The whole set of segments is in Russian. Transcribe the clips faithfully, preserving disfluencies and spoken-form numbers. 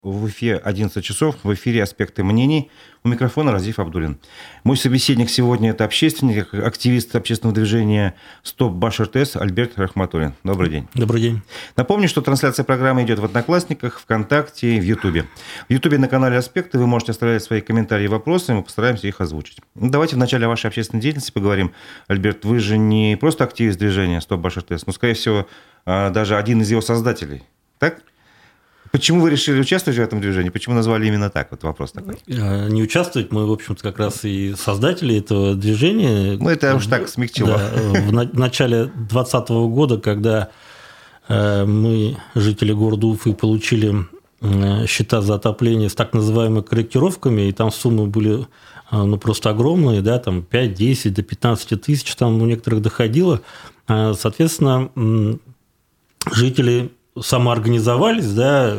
В эфире одиннадцать часов, в эфире «Аспекты мнений». У микрофона Разиф Абдуллин. Мой собеседник сегодня – это общественник, активист общественного движения «Стоп Башар ТС» Альберт Рахматуллин. Добрый день. Добрый день. Напомню, что трансляция программы идет в Одноклассниках, ВКонтакте и в Ютубе. В Ютубе на канале «Аспекты» вы можете оставлять свои комментарии и вопросы, и мы постараемся их озвучить. Давайте вначале о вашей общественной деятельности поговорим. Альберт, вы же не просто активист движения «Стоп Башар ТС», но, скорее всего, даже один из его создателей. Так? Почему вы решили участвовать в этом движении? Почему назвали именно так? Вот вопрос такой. Не участвовать, мы, в общем-то, как раз и создатели этого движения. Ну, это уж так смягчило. Да, в начале двадцатого года, когда мы, жители города Уфы, получили счета за отопление с так называемыми корректировками, и там суммы были ну, просто огромные, да, там пять, десять, до пятнадцати тысяч там у некоторых доходило. Соответственно, жители самоорганизовались, да,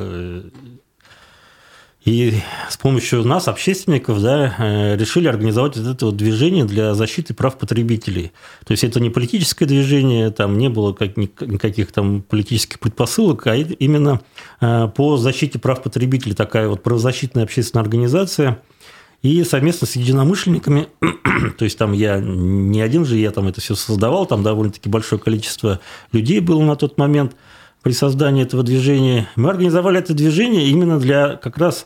и с помощью нас, общественников, да, решили организовать вот это вот движение для защиты прав потребителей. То есть это не политическое движение, там не было никаких там политических предпосылок, а именно по защите прав потребителей такая вот правозащитная общественная организация. И совместно с единомышленниками, то есть там я не один же, я там это все создавал, там довольно-таки большое количество людей было на тот момент. При создании этого движения мы организовали это движение именно для как раз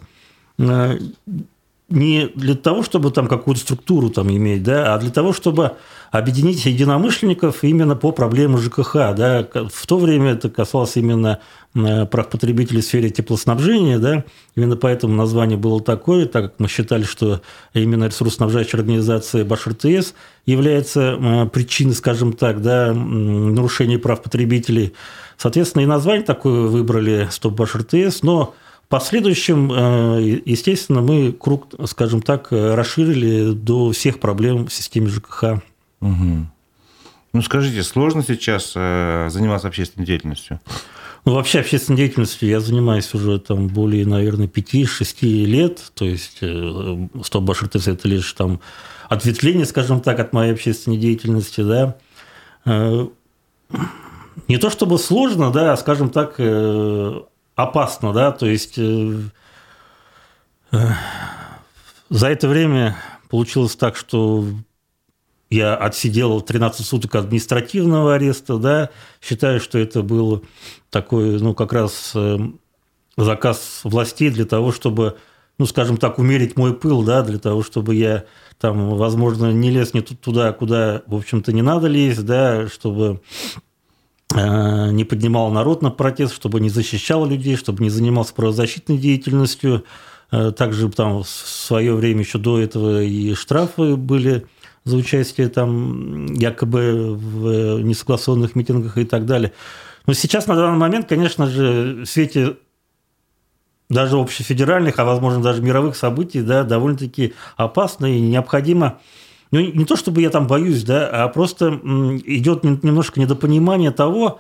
не для того, чтобы там какую-то структуру там иметь, да, а для того, чтобы объединить единомышленников именно по проблемам ЖКХ. Да. В то время это касалось именно прав потребителей в сфере теплоснабжения, да. Именно поэтому название было такое, так как мы считали, что именно ресурсоснабжающая организация Башар ТС является причиной, скажем так, да, нарушения прав потребителей. Соответственно, и название такое выбрали «Стоп Башар ТС», но в последующем, естественно, мы круг, скажем так, расширили до всех проблем в системе ЖКХ. Угу. Ну, скажите, сложно сейчас заниматься общественной деятельностью? Ну, вообще общественной деятельностью я занимаюсь уже там более, наверное, пяти-шести лет. То есть «Стоп Башар ТС» – это лишь там ответвление, скажем так, от моей общественной деятельности, да. Не то чтобы сложно, да, а, скажем так, опасно, да, то есть за это время получилось так, что я отсидел тринадцать суток административного ареста, да, считаю, что это был такой, ну, как раз заказ властей для того, чтобы, ну, скажем так, умерить мой пыл, да, для того, чтобы я там, возможно, не лез не туда, куда, в общем-то, не надо лезть, да, чтобы не поднимал народ на протест, чтобы не защищал людей, чтобы не занимался правозащитной деятельностью. Также там в свое время еще до этого и штрафы были за участие там якобы в несогласованных митингах и так далее. Но сейчас на данный момент, конечно же, в свете даже общефедеральных, а возможно даже мировых событий, да, довольно-таки опасно и необходимо. Ну, не то, чтобы я там боюсь, да, а просто идет немножко недопонимание того,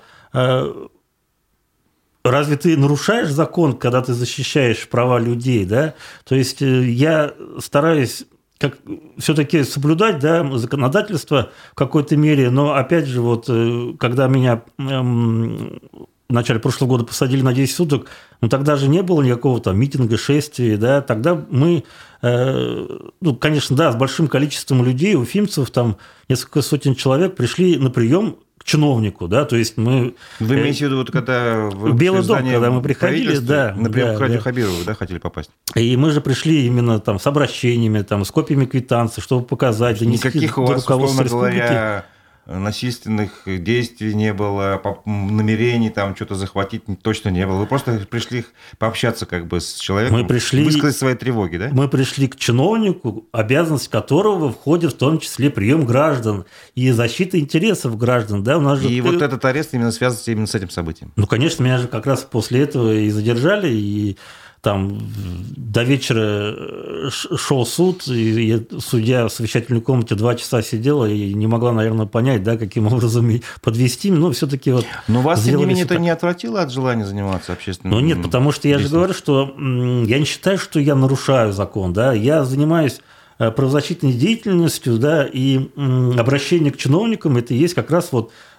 разве ты нарушаешь закон, когда ты защищаешь права людей, да? То есть я стараюсь как все-таки соблюдать, да, законодательство в какой-то мере, но опять же, вот когда меня в начале прошлого года посадили на десять суток, ну, тогда же не было никакого там митинга, шествия, да, тогда мы, э, ну, конечно, да, с большим количеством людей, уфимцев, там несколько сотен человек пришли на прием к чиновнику, да, то есть мы... Вы имеете в виду, вот когда... В Белый дом, когда мы приходили, да. Например, да, к Радию да. Хабирову, да, хотели попасть? И мы же пришли именно там с обращениями, там, с копиями квитанций, чтобы показать, донести Никаких у до вас, руководства условно республики. Говоря, насильственных действий не было, намерений там что-то захватить точно не было. Вы просто пришли пообщаться как бы с человеком, мы пришли, высказать свои тревоги, да? Мы пришли к чиновнику, обязанность которого входит в том числе прием граждан и защита интересов граждан. Да? У нас же... И вот этот арест именно связывается именно с этим событием. Ну, конечно, меня же как раз после этого и задержали, и там до вечера шел суд, и судья в совещательной комнате два часа сидела и не могла, наверное, понять, да, каким образом подвести, но все-таки вот... Но вас, тем не менее, это не отвратило от желания заниматься общественным... Ну, нет, потому что я же говорю, что я не считаю, что я нарушаю закон, да, я занимаюсь правозащитной деятельностью, да, и обращение к чиновникам – это и есть как раз вот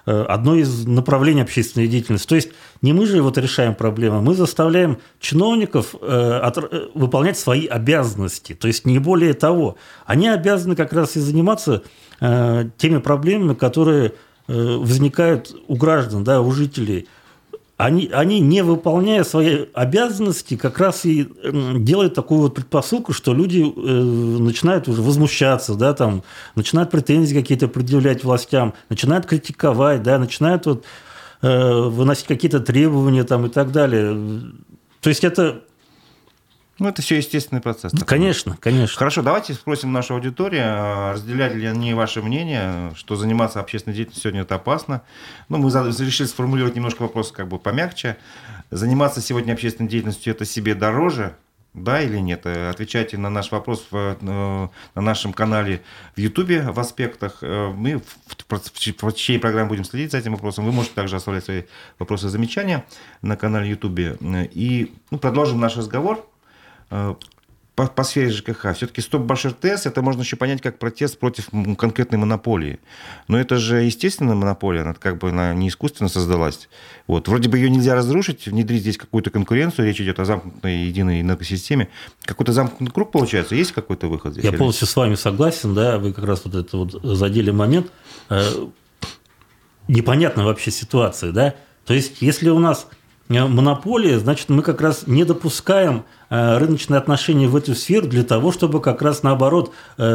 одно из направлений общественной деятельности. То есть не мы же вот решаем проблемы, мы заставляем чиновников выполнять свои обязанности. То есть не более того. Они обязаны как раз и заниматься теми проблемами, которые возникают у граждан, да, у жителей. Они, они, не выполняя свои обязанности, как раз и делают такую вот предпосылку, что люди э, начинают уже возмущаться, да, там, начинают претензии какие-то предъявлять властям, начинают критиковать, да, начинают вот, э, выносить какие-то требования там, и так далее. То есть это... Ну, это все естественный процесс. Конечно, конечно. Хорошо, давайте спросим нашу аудиторию, разделяют ли они ваше мнение, что заниматься общественной деятельностью сегодня это опасно. Ну, мы решили сформулировать немножко вопрос как бы помягче. Заниматься сегодня общественной деятельностью это себе дороже, да или нет? Отвечайте на наш вопрос в, на нашем канале в Ютубе в аспектах. Мы в чьей программе будем следить за этим вопросом. Вы можете также оставлять свои вопросы и замечания на канале Ютубе. И ну, продолжим наш разговор. По, по сфере ЖКХ. Все-таки стоп-Башир-ТЭС, это можно еще понять как протест против конкретной монополии. Но это же естественная монополия, она как бы она не искусственно создалась. Вот. Вроде бы ее нельзя разрушить, внедрить здесь какую-то конкуренцию, речь идет о замкнутой единой энергосистеме. Какой-то замкнутый круг получается? Есть какой-то выход здесь? Я полностью с вами согласен, да, вы как раз вот это вот задели момент. Непонятна вообще ситуация, да. То есть, если у нас монополия, значит, мы как раз не допускаем рыночные отношения в эту сферу для того, чтобы как раз наоборот,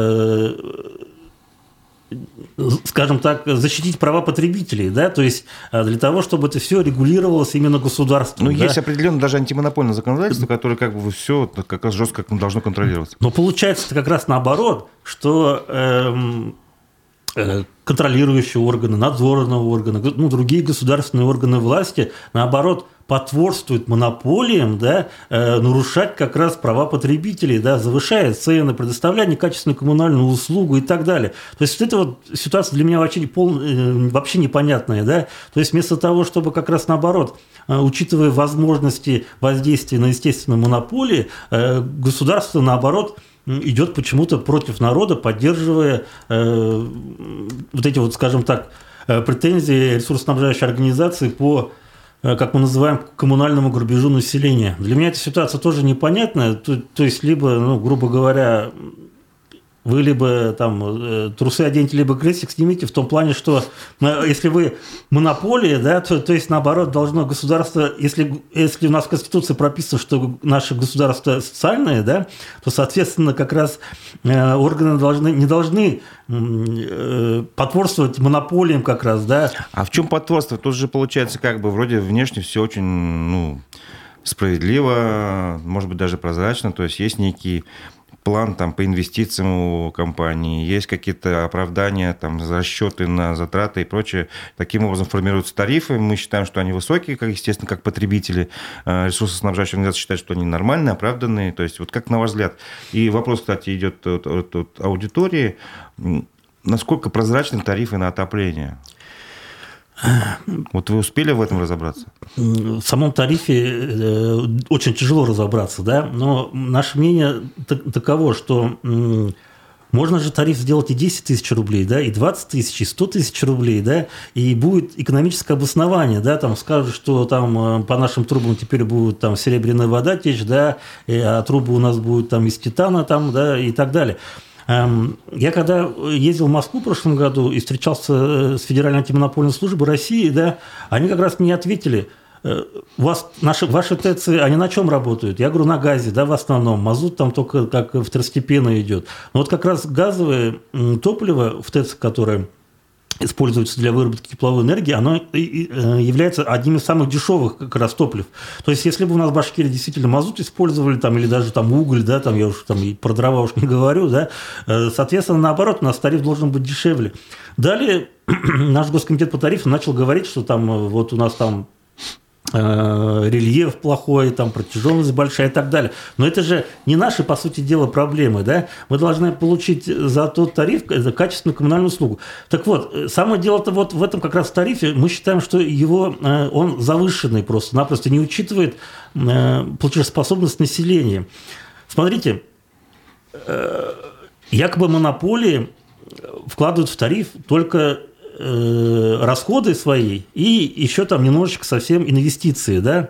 скажем так, защитить права потребителей, да, то есть для того, чтобы это все регулировалось именно государством. Ну, да? Есть определенно даже антимонопольное законодательство, которое как бы все как раз жестко должно контролироваться. Но получается это как раз наоборот, что эм, контролирующие органы, надзорные органы, ну, другие государственные органы власти, наоборот, потворствуют монополиям, да, э, нарушать как раз права потребителей, да, завышая цены, предоставляя некачественную коммунальную услугу и так далее. То есть вот эта вот ситуация для меня вообще, пол, э, вообще непонятная. Да? То есть вместо того, чтобы как раз наоборот, э, учитывая возможности воздействия на естественные монополии, э, государство наоборот идет почему-то против народа, поддерживая э, вот эти вот, скажем так, претензии ресурсоснабжающей организации по, как мы называем, коммунальному грабежу населения. Для меня эта ситуация тоже непонятная. То, то есть, либо, ну, грубо говоря, вы либо там трусы оденьте, либо крестик снимите, в том плане, что если вы монополия, да, то, то есть наоборот должно государство, если, если у нас в Конституции прописано, что наше государство социальное, да, то, соответственно, как раз органы должны, не должны потворствовать монополиям как раз, да. А в чем потворство? Тут же получается как бы вроде внешне все очень, ну, справедливо, может быть, даже прозрачно, то есть есть некий план там, по инвестициям у компании, есть какие-то оправдания, там, расчеты на затраты и прочее. Таким образом формируются тарифы. Мы считаем, что они высокие, как, естественно, как потребители. Ресурсоснабжающие организации считают, что они нормальные, оправданные. То есть, вот как на ваш взгляд? И вопрос, кстати, идет от, от, от аудитории. Насколько прозрачны тарифы на отопление? Вот вы успели в этом разобраться? В самом тарифе очень тяжело разобраться, да, но наше мнение таково, что можно же тариф сделать и десять тысяч рублей, да, и двадцать тысяч, и сто тысяч рублей, да, и будет экономическое обоснование, да, там скажут, что там по нашим трубам теперь будет там серебряная вода течь, да, а трубы у нас будут там из титана, там, да, и так далее. Я когда ездил в Москву в прошлом году и встречался с Федеральной антимонопольной службой России, да, они как раз мне ответили: у вас наши, ваши ТЭЦ, они на чем работают? Я говорю, на газе, да, в основном. Мазут там только как второстепенно идет. Но вот как раз газовое топливо в ТЭЦ, которое используется для выработки тепловой энергии, оно является одним из самых дешевых как раз топлив. То есть, если бы у нас в Башкирии действительно мазут использовали, там, или даже там уголь, да, там, я уж там и про дрова уж не говорю, да, соответственно, наоборот, у нас тариф должен быть дешевле. Далее наш Госкомитет по тарифам начал говорить, что там вот у нас там рельеф плохой, там протяженность большая и так далее. Но это же не наши, по сути дела, проблемы. Да? Мы должны получить за тот тариф качественную коммунальную услугу. Так вот, самое дело-то вот в этом как раз тарифе. Мы считаем, что его, он завышенный просто-напросто, не учитывает платежеспособность населения. Смотрите, якобы монополии вкладывают в тариф только э, расходы свои и еще там немножечко совсем инвестиции, да.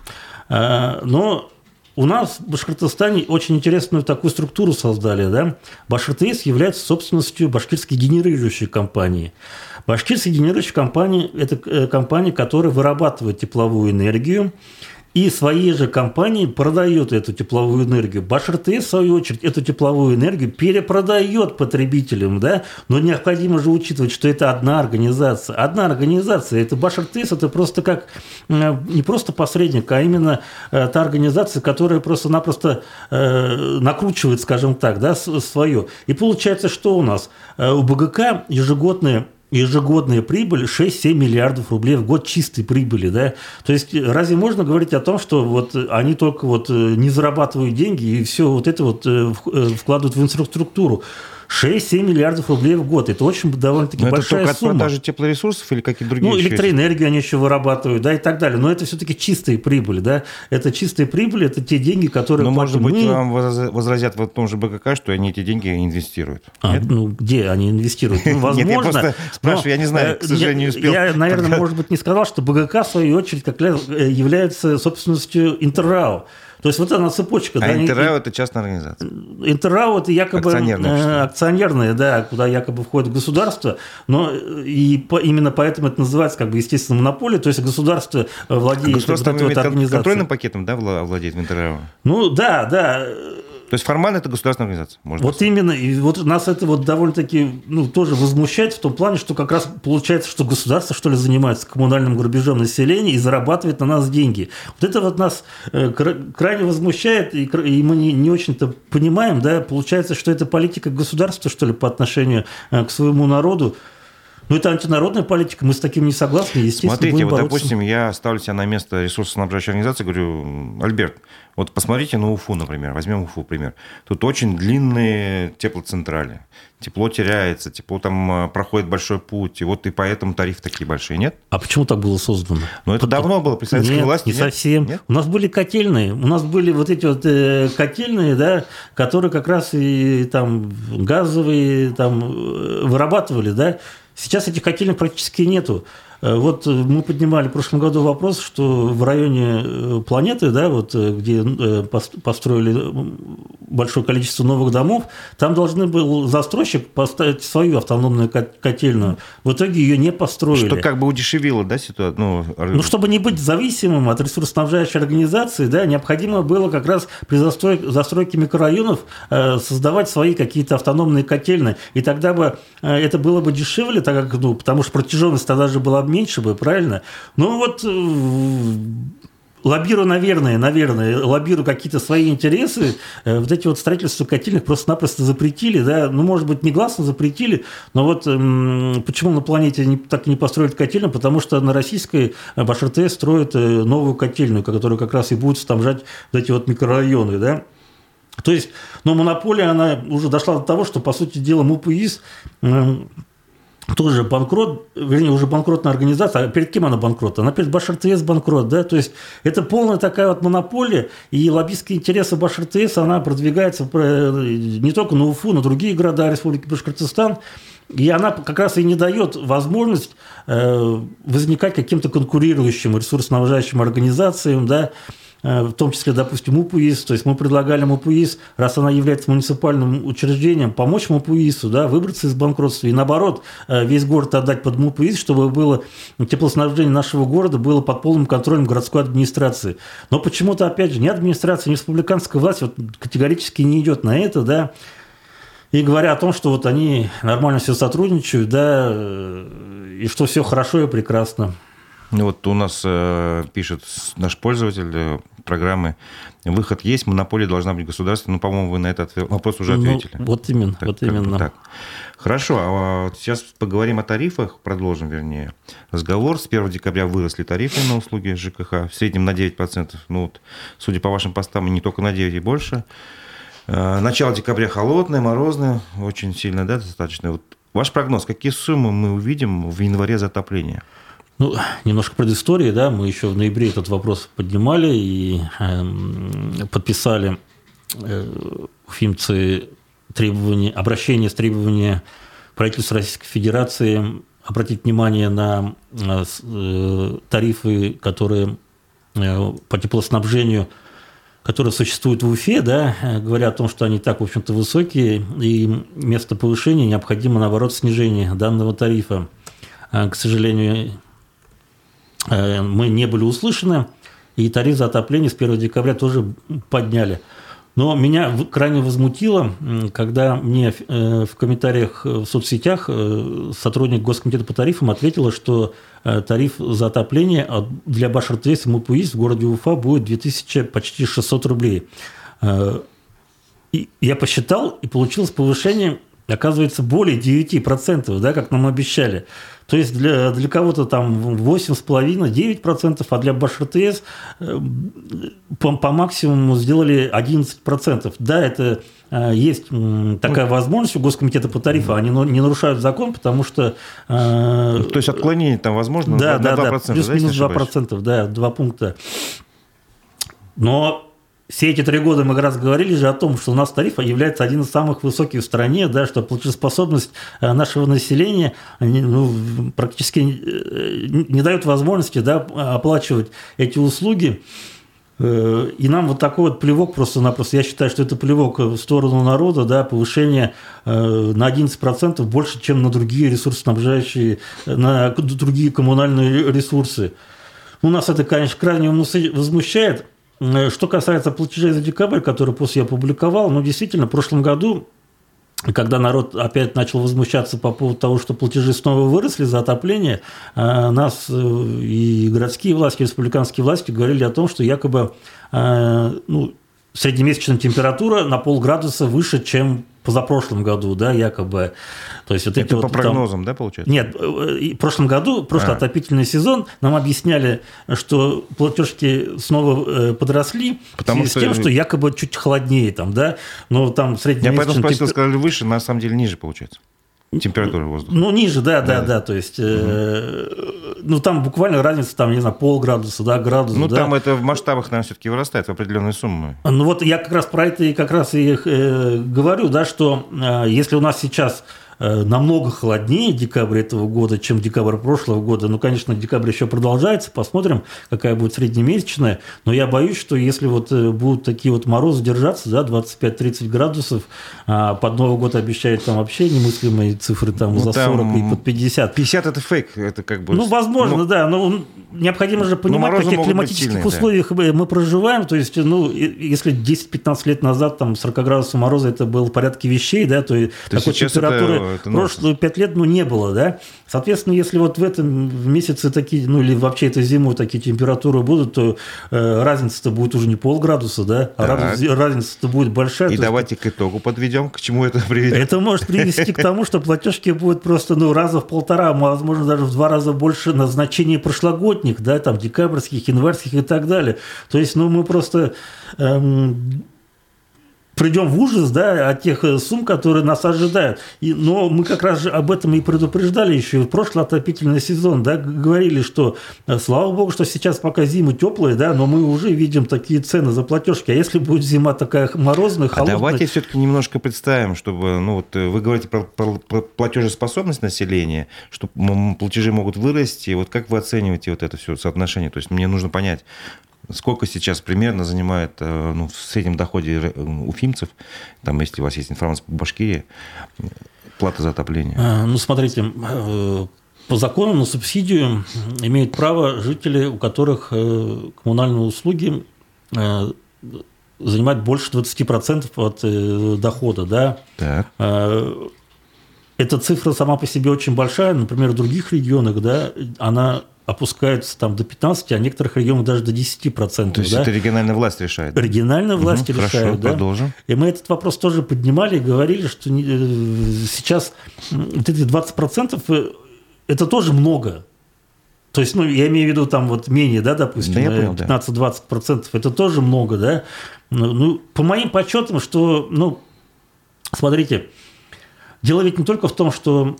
Э, но у нас в Башкортостане очень интересную такую структуру создали, да. БашРТС является собственностью башкирской генерирующей компании. Башкирская генерирующая компания – это компания, которая вырабатывает тепловую энергию, и своей же компании продает эту тепловую энергию. БашРТС, в свою очередь, эту тепловую энергию перепродает потребителям, да? Но необходимо же учитывать, что это одна организация. Одна организация, это БашРТС, это просто как, не просто посредник, а именно та организация, которая просто-напросто накручивает, скажем так, да, свое. И получается, что у нас? У БГК ежегодная ежегодная прибыль шесть-семь миллиардов рублей в год чистой прибыли, да? То есть разве можно говорить о том, что вот они только вот не зарабатывают деньги и все вот это вот вкладывают в инфраструктуру? шесть-семь миллиардов рублей в год. Это очень довольно-таки но большая это только сумма. От продажи теплоресурсов или какие-то другие? Ну, еще электроэнергию есть? Они еще вырабатывают, да, и так далее. Но это все-таки чистая прибыль, да. Это чистая прибыль, это те деньги, которые... Ну, может быть, мы... вам возразят в том же БКК, что они эти деньги инвестируют. А, ну, где они инвестируют? Ну, возможно. Нет, я просто спрашиваю, я не знаю, к сожалению, не успел. Я, наверное, может быть, не сказал, что БГК, в свою очередь, как является собственностью Интеррао. То есть вот она цепочка. А да, Интеррао – это частная организация? Интеррао – это якобы акционерная, акционерная, да, куда якобы входит государство, но и по, именно поэтому это называется, как бы, естественно, монополия, то есть государство владеет государство вот этой вот организацией. Контрольным пакетом, да, владеет в Интеррао? Ну, да, да. То есть формально это государственная организация? Можно вот сказать. Именно, и вот нас это вот довольно-таки, ну, тоже возмущает в том плане, что как раз получается, что государство, что ли, занимается коммунальным грабежом населения и зарабатывает на нас деньги. Вот это вот нас э, крайне возмущает, и, и мы не, не очень-то понимаем, да, получается, что это политика государства, что ли, по отношению э, к своему народу. Ну, это антинародная политика, мы с таким не согласны, естественно, Смотрите, будем вот, бороться. Допустим, я ставлю себя на место ресурсоснабжающей организации, говорю: Альберт, вот посмотрите на Уфу, например, возьмем Уфу, пример. Тут очень длинные теплоцентрали, тепло теряется, тепло там проходит большой путь, и вот и поэтому тарифы такие большие, нет? А почему так было создано? Ну, это Потому... давно было при советской нет, власти, не нет? совсем. Нет? У нас были котельные, у нас были вот эти вот э, котельные, да, которые как раз и там газовые там вырабатывали, да. Сейчас этих котельных практически нету. Вот мы поднимали в прошлом году вопрос, что в районе планеты, да, вот, где построили большое количество новых домов, там должны был застройщик поставить свою автономную котельную. В итоге ее не построили. Что как бы удешевило, да, ситуацию? Ну, ну, чтобы не быть зависимым от ресурсоснабжающей организации, да, необходимо было как раз при застройке, застройке микрорайонов создавать свои какие-то автономные котельные. И тогда бы это было бы дешевле, так как, ну, потому что протяженность тогда же была меньше бы, правильно? Ну вот лоббирую, наверное, наверное, лоббирую какие-то свои интересы, вот эти вот строительства котельных просто-напросто запретили, да, ну, может быть, негласно запретили, но вот почему на планете не, так и не построят котельную? Потому что на российской БашРТС строят новую котельную, которая как раз и будет снабжать вот эти вот микрорайоны, да. То есть, но монополия, она уже дошла до того, что, по сути дела, МУПИИС тоже банкрот, вернее, уже банкротная организация. А перед кем она банкрот? Она перед БашРТС банкрот, да? То есть это полная такая вот монополия, и лоббистские интересы БашРТС, она продвигается не только на Уфу, на другие города Республики Башкортостан, и она как раз и не дает возможность возникать каким-то конкурирующим ресурсоснабжающим организациям, да, в том числе, допустим, МУПИИС. То есть мы предлагали МУПИИС, раз она является муниципальным учреждением, помочь МУПИИСу, да, выбраться из банкротства и, наоборот, весь город отдать под МУПИИС, чтобы было теплоснабжение нашего города было под полным контролем городской администрации. Но почему-то, опять же, ни администрация, ни республиканская власть вот категорически не идет на это, да, и говоря о том, что вот они нормально все сотрудничают, да, и что все хорошо и прекрасно. Вот у нас э, пишет наш пользователь э, программы: выход есть, монополия должна быть государственной. Ну, по-моему, вы на этот вопрос уже ответили. Ну, вот именно, так, вот именно. Так. Хорошо, а вот сейчас поговорим о тарифах, продолжим, вернее, разговор. С первого декабря выросли тарифы на услуги ЖКХ, в среднем на девять процентов. Ну, вот, судя по вашим постам, не только на девять и больше. Начало декабря холодное, морозное, очень сильно, да, достаточно. Вот ваш прогноз, какие суммы мы увидим в январе за отопление? Ну, немножко предыстории, да, мы еще в ноябре этот вопрос поднимали и э, подписали э, уфимцы требования, обращение с требованием правительства Российской Федерации обратить внимание на тарифы, которые по теплоснабжению, которые существуют в Уфе, да, говоря о том, что они так, в общем-то, высокие, и вместо повышения необходимо, наоборот, снижение данного тарифа. К сожалению, мы не были услышаны, и тариф за отопление с первого декабря тоже подняли. Но меня крайне возмутило, когда мне в комментариях в соцсетях сотрудник Госкомитета по тарифам ответила, что тариф за отопление для Башар-ТЭС и МУПУИС в городе Уфа будет две тысячи почти шестьсот рублей. И я посчитал, и получилось повышение, оказывается, более девять процентов, да, как нам обещали. То есть для, для кого-то там восемь с половиной - девять процентов, а для Башар-ТЭС по, по максимуму сделали одиннадцать процентов. Да, это есть такая возможность у Госкомитета по тарифам, они не нарушают закон, потому что... То есть отклонение там возможно да, на да, два процента, да, плюс-минус два процента, да, два пункта. Но... Все эти три года мы как раз говорили же о том, что у нас тариф является один из самых высоких в стране, да, что платежеспособность нашего населения ну, практически не дает возможности, да, оплачивать эти услуги. И нам вот такой вот плевок просто-напросто, я считаю, что это плевок в сторону народа, да, повышение на одиннадцать процентов больше, чем на другие ресурсоснабжающие, на другие коммунальные ресурсы. У нас это, конечно, крайне возмущает. Что касается платежей за декабрь, которые после я опубликовал, ну, действительно, в прошлом году, когда народ опять начал возмущаться по поводу того, что платежи снова выросли за отопление, нас и городские власти, и республиканские власти говорили о том, что якобы ну, среднемесячная температура на полградуса выше, чем позапрошлом году, да, якобы. То есть вот это эти по вот, прогнозам, там... да, получается? Нет, в прошлом году, прошлый а. отопительный сезон, нам объясняли, что платежки снова подросли, потому в связи что... с тем, что якобы чуть холоднее там, да, но там среднемесячная... Я поэтому спросил, темп... сказали выше, на самом деле ниже получается. Температура воздуха. Ну, ниже, да, да, да, да. То есть, угу. э, ну, там буквально разница, там, не знаю, полградуса, да, градуса. Ну, да. там это в масштабах, наверное, все-таки вырастает в определенные суммы. Ну, вот я как раз про это и как раз и э, говорю, да, что э, если у нас сейчас намного холоднее декабрь этого года, чем декабрь прошлого года. Ну, конечно, декабрь еще продолжается, посмотрим, какая будет среднемесячная. Но я боюсь, что если вот будут такие вот морозы держаться, да, двадцать пять - тридцать градусов, а под Новый год обещают там вообще немыслимые цифры там, ну, за сорок и под пятьдесят. пятьдесят – это фейк, это как бы... Ну, возможно, ну, да, но необходимо же понимать, в каких климатических сильные, условиях да. мы проживаем. То есть, ну, если десять-пятнадцать лет назад там сорок градусов мороза это было в порядке вещей, да, то, то такой температуры это, это прошлые пять лет, ну, не было, да. Соответственно, если вот в этом месяце такие, ну, или вообще этой зимой такие температуры будут, то э, разница-то будет уже не полградуса, да, а разница, разница-то будет большая. И давайте есть... к итогу подведем, к чему это приведет. Это может привести к тому, что платежки будут просто, ну, раза в полтора, возможно, даже в два раза больше назначений прошлогодних, да, там, декабрьских, январских и так далее. То есть, ну, мы просто... Эм... придем в ужас, да, от тех сумм, которые нас ожидают. И, но мы как раз же об этом и предупреждали еще в прошлый отопительный сезон, да, говорили, что слава богу, что сейчас пока зимы теплые, да, но мы уже видим такие цены за платежки. А если будет зима такая морозная, холодная... А давайте все-таки немножко представим, чтобы, ну вот вы говорите про, про, про платежеспособность населения, что платежи могут вырасти. Вот как вы оцениваете вот это все соотношение? То есть мне нужно понять, сколько сейчас примерно занимает, ну, в среднем доходе уфимцев, там, если у вас есть информация по Башкирии, плата за отопление? Ну, смотрите, по закону на субсидию имеют право жители, у которых коммунальные услуги занимают больше двадцать процентов от дохода, да. Так. Эта цифра сама по себе очень большая, например, в других регионах, да, она опускается там до пятнадцати, а в некоторых регионах даже до десяти процентов. То есть, да? Это региональная власть решает? Региональная власть угу, решает, хорошо, да. Продолжим. И мы этот вопрос тоже поднимали и говорили, что сейчас вот эти двадцать процентов это тоже много. То есть, ну, я имею в виду там вот менее, да, допустим, да, пятнадцать-двадцать процентов, это тоже много, да. Ну, по моим подсчетам, что, ну, смотрите, дело ведь не только в том, что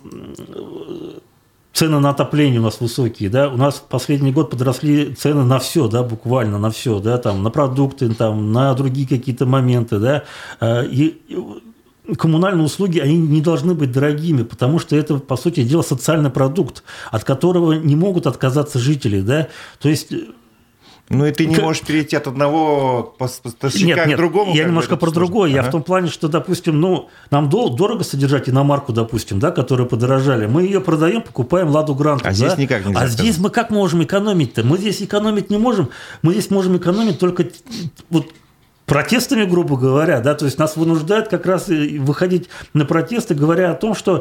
цены на отопление у нас высокие, да, у нас в последний год подросли цены на все, да, буквально на все, да, там, на продукты, там, на другие какие-то моменты, да, и коммунальные услуги, они не должны быть дорогими, потому что это, по сути дела, социальный продукт, от которого не могут отказаться жители, да, то есть... Ну, и ты не можешь перейти от одного поставщика нет, нет, к другому. Я немножко про другое. Ага. Я в том плане, что, допустим, ну, нам дорого содержать иномарку, допустим, да, которая подорожали. Мы ее продаем, покупаем «Ладу Гранту». А да? здесь никак нельзя. А здесь мы как можем экономить-то? Мы здесь экономить не можем. Мы здесь можем экономить только вот протестами, грубо говоря, да, то есть нас вынуждают как раз выходить на протесты, говоря о том, что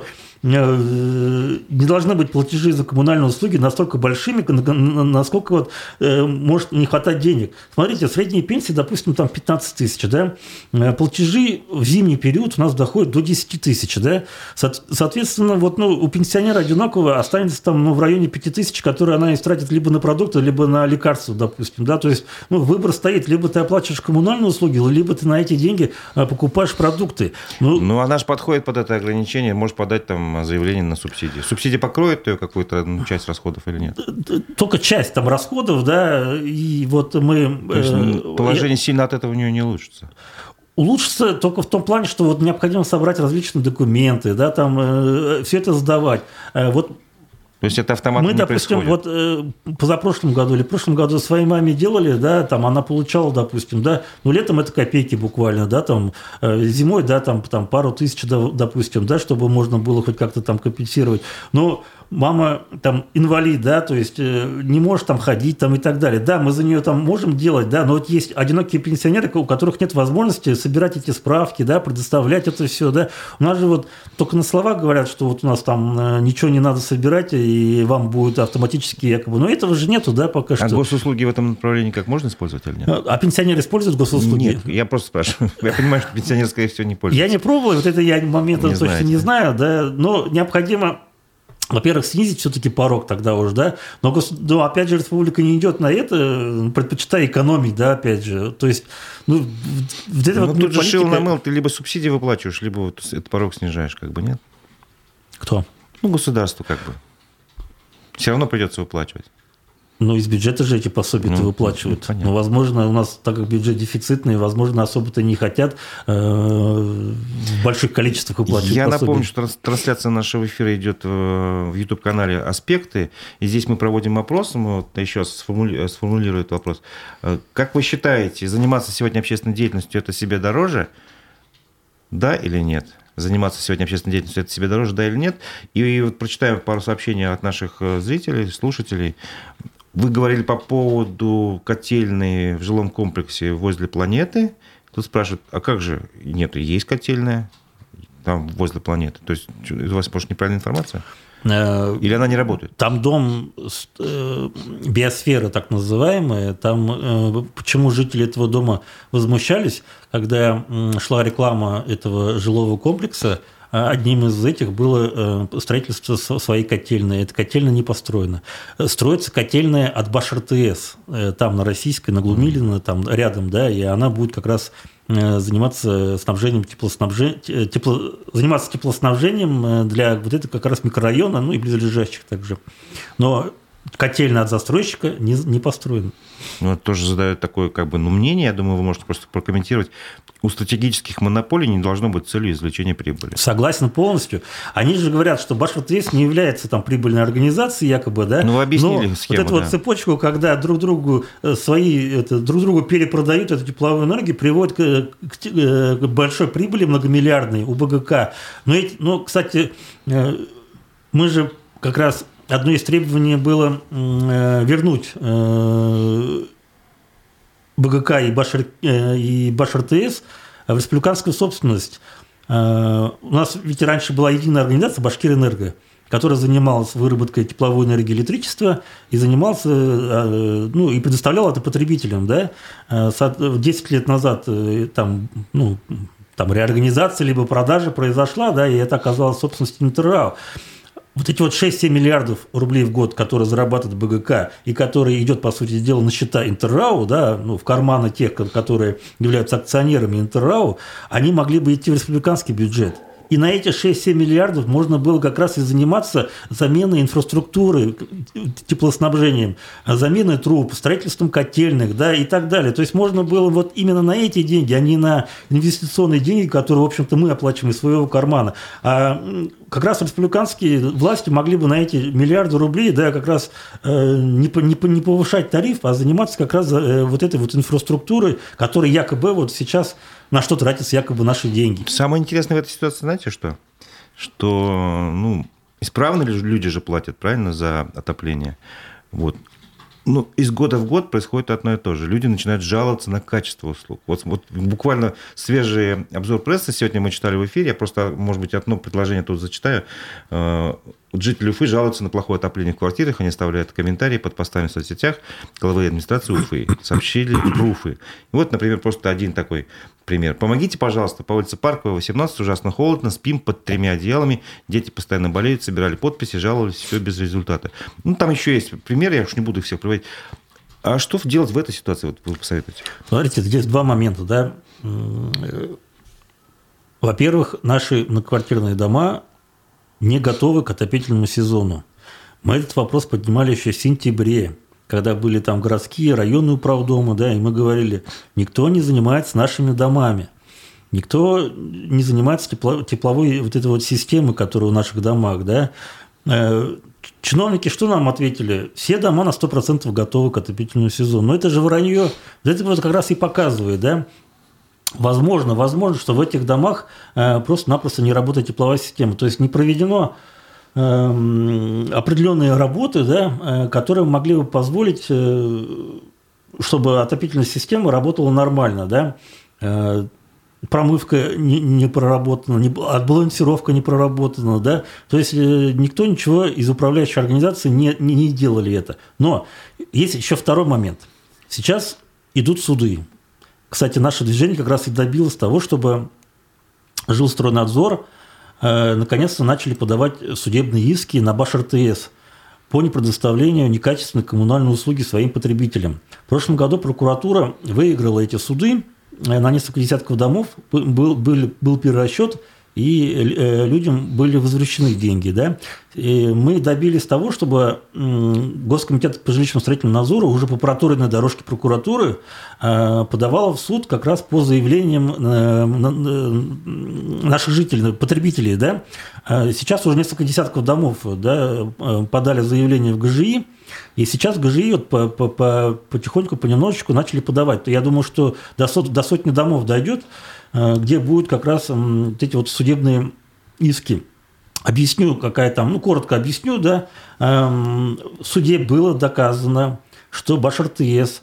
не должны быть платежи за коммунальные услуги настолько большими, насколько вот, э, может не хватать денег. Смотрите, средние пенсии, допустим, там пятнадцать тысяч, да, платежи в зимний период у нас доходят до десять тысяч, да, соответственно, вот, ну, у пенсионера одинокого останется там, ну, в районе пять тысяч, которые она истратит либо на продукты, либо на лекарства, допустим, да, то есть, ну, выбор стоит, либо ты оплачиваешь коммунальные услуги, либо ты на эти деньги покупаешь продукты. Ну, ну она же подходит под это ограничение, можешь подать там заявление на субсидии. Субсидия покроет ее какую-то ну, часть расходов или нет? Только часть там расходов, да, и вот мы... То есть положение я... сильно от этого у нее не улучшится? Улучшится только в том плане, что вот необходимо собрать различные документы, да, там э, все это сдавать. Э, вот То есть это автоматом мы, не допустим, происходит? вот э, позапрошлом году или в прошлом году своей маме делали, да, там она получала, допустим, да, ну летом это копейки буквально, да, там э, зимой, да, там, там пару тысяч, допустим, да, чтобы можно было хоть как-то там компенсировать. Но мама там инвалид, да, то есть э, не может там ходить там и так далее. Да, мы за нее там можем делать, да, но вот есть одинокие пенсионеры, у которых нет возможности собирать эти справки, да, предоставлять это все, да. У нас же вот только на словах говорят, что вот у нас там э, ничего не надо собирать, и вам будет автоматически якобы. Но этого же нету, да, пока что. А госуслуги в этом направлении как можно использовать или нет? А пенсионеры используют госуслуги? Нет, я просто спрашиваю. Я понимаю, что пенсионеры, скорее всего, не пользуются. Я не пробовал, вот это я момента точно знаете. не знаю, да, но необходимо... Во-первых, снизить все-таки порог тогда уже, да, но, но опять же республика не идет на это, предпочитая экономить, да, опять же, то есть, ну, вот это ну вот тут же политика... шил на мыл, ты либо субсидии выплачиваешь, либо вот этот порог снижаешь, как бы, нет? Кто? Ну, государство, как бы. Все равно придется выплачивать. Ну, из бюджета же эти пособия-то ну, выплачивают. Ну, но, возможно, у нас, так как бюджет дефицитный, возможно, особо-то не хотят э, в больших количествах выплачивать Я пособия. напомню, что трансляция нашего эфира идет в YouTube-канале «Аспекты», и здесь мы проводим опрос, мы вот еще сформули... сформулирую этот вопрос. Как вы считаете, заниматься сегодня общественной деятельностью – это себе дороже, да или нет? Заниматься сегодня общественной деятельностью – это себе дороже, да или нет? И вот прочитаем пару сообщений от наших зрителей, слушателей. Вы говорили по поводу котельной в жилом комплексе возле планеты. Тут спрашивают, а как же? Нет, есть котельная там возле планеты. То есть у вас, может, неправильная информация? Или она не работает? Там дом э, биосферы, так называемая. Там э, почему жители этого дома возмущались, когда э, шла реклама этого жилого комплекса, одним из этих было строительство своей котельной. Эта котельная не построена. Строится котельная от Баш-эр-тэ-эс, там на Российской, на Глумилино, там рядом, да, и она будет как раз заниматься снабжением теплоснабжением, тепло, заниматься теплоснабжением для вот этого как раз микрорайона, ну и близлежащих также. Но котельная от застройщика не, не построена. Ну, это тоже задают такое как бы, ну, мнение, я думаю, вы можете просто прокомментировать. У стратегических монополий не должно быть целью извлечения прибыли. Согласен полностью. Они же говорят, что Баш-эр-тэ-эс не является там прибыльной организацией, якобы, да. Ну, объяснили но схему, вот эту да. вот цепочку, когда друг другу свои, это, друг другу перепродают эту тепловую энергию, приводит к, к, к большой прибыли многомиллиардной у БГК. Но, эти, но, кстати, мы же как раз одно из требований было вернуть БГК и Баш-эр-тэ-эс в республиканскую собственность. У нас ведь раньше была единая организация Башкирэнерго, которая занималась выработкой тепловой энергии и электричества и занимался, ну, и предоставляла это потребителям, да. десять лет назад там, ну, там реорганизация либо продажа произошла, да, и это оказалось собственностью Интеррао. Вот эти вот шесть-семь миллиардов рублей в год, которые зарабатывает БГК и которые идет, по сути дела, на счета Интеррао, да, ну, в карманы тех, которые являются акционерами Интеррао, они могли бы идти в республиканский бюджет. И на эти шесть-семь миллиардов можно было как раз и заниматься заменой инфраструктуры, теплоснабжением, заменой труб, строительством котельных, да, и так далее. То есть можно было вот именно на эти деньги, а не на инвестиционные деньги, которые, в общем-то, мы оплачиваем из своего кармана. А как раз республиканские власти могли бы на эти миллиарды рублей, да, как раз э, не, не, не повышать тариф, а заниматься как раз э, вот этой вот инфраструктурой, которая якобы вот сейчас на что тратятся якобы наши деньги. Самое интересное в этой ситуации, знаете что? Что, ну, исправно люди же платят, правильно, за отопление. Вот. Ну, из года в год происходит одно и то же. Люди начинают жаловаться на качество услуг. Вот, вот буквально свежий обзор прессы сегодня мы читали в эфире. Я просто, может быть, одно предложение тут зачитаю. Жители Уфы жалуются на плохое отопление в квартирах. Они оставляют комментарии под постами в соцсетях главы администрации Уфы. Сообщили в Уфы. И вот, например, просто один такой пример. Помогите, пожалуйста, по улице Парковой, восемнадцать, ужасно холодно, спим под тремя одеялами, дети постоянно болеют, собирали подписи, жаловались, все без результата. Ну, там еще есть примеры, я уж не буду их всех приводить. А что делать в этой ситуации, вот вы посоветуете? Смотрите, здесь два момента, да. Во-первых, наши многоквартирные дома не готовы к отопительному сезону. Мы этот вопрос поднимали еще в сентябре, когда были там городские, районные управдомы, да, и мы говорили, никто не занимается нашими домами, никто не занимается тепло, тепловой вот этой вот системой, которая в наших домах, да. Чиновники что нам ответили? Все дома на сто процентов готовы к отопительному сезону. Но это же вранье. Это вот как раз и показывает, да. Возможно, возможно, что в этих домах просто-напросто не работает тепловая система. То есть не проведено определенные работы, да, которые могли бы позволить, чтобы отопительная система работала нормально, да. Промывка не, не проработана, не, отбалансировка не проработана, да. То есть никто ничего из управляющей организации не, не, не делали это. Но есть еще второй момент. Сейчас идут суды. Кстати, наше движение как раз и добилось того, чтобы Жилстройнадзор э, наконец-то начали подавать судебные иски на Баш-РТС по непредоставлению некачественной коммунальной услуги своим потребителям. В прошлом году прокуратура выиграла эти суды на несколько десятков домов, был, был, был перерасчет, и людям были возвращены деньги. Да? И мы добились того, чтобы Госкомитет по жилищному строительному надзору уже по проторенной дорожке прокуратуры подавала в суд как раз по заявлениям наших жителей, потребителей. Да? Сейчас уже несколько десятков домов, да, подали заявление в ГЖИ, и сейчас ГЖИ вот по, по, по, потихоньку, понемножечку начали подавать. Я думаю, что до, сот, до сотни домов дойдет, где будут как раз вот эти вот судебные иски. Объясню, какая там, ну, коротко объясню, да. В суде было доказано, что Баш-РТС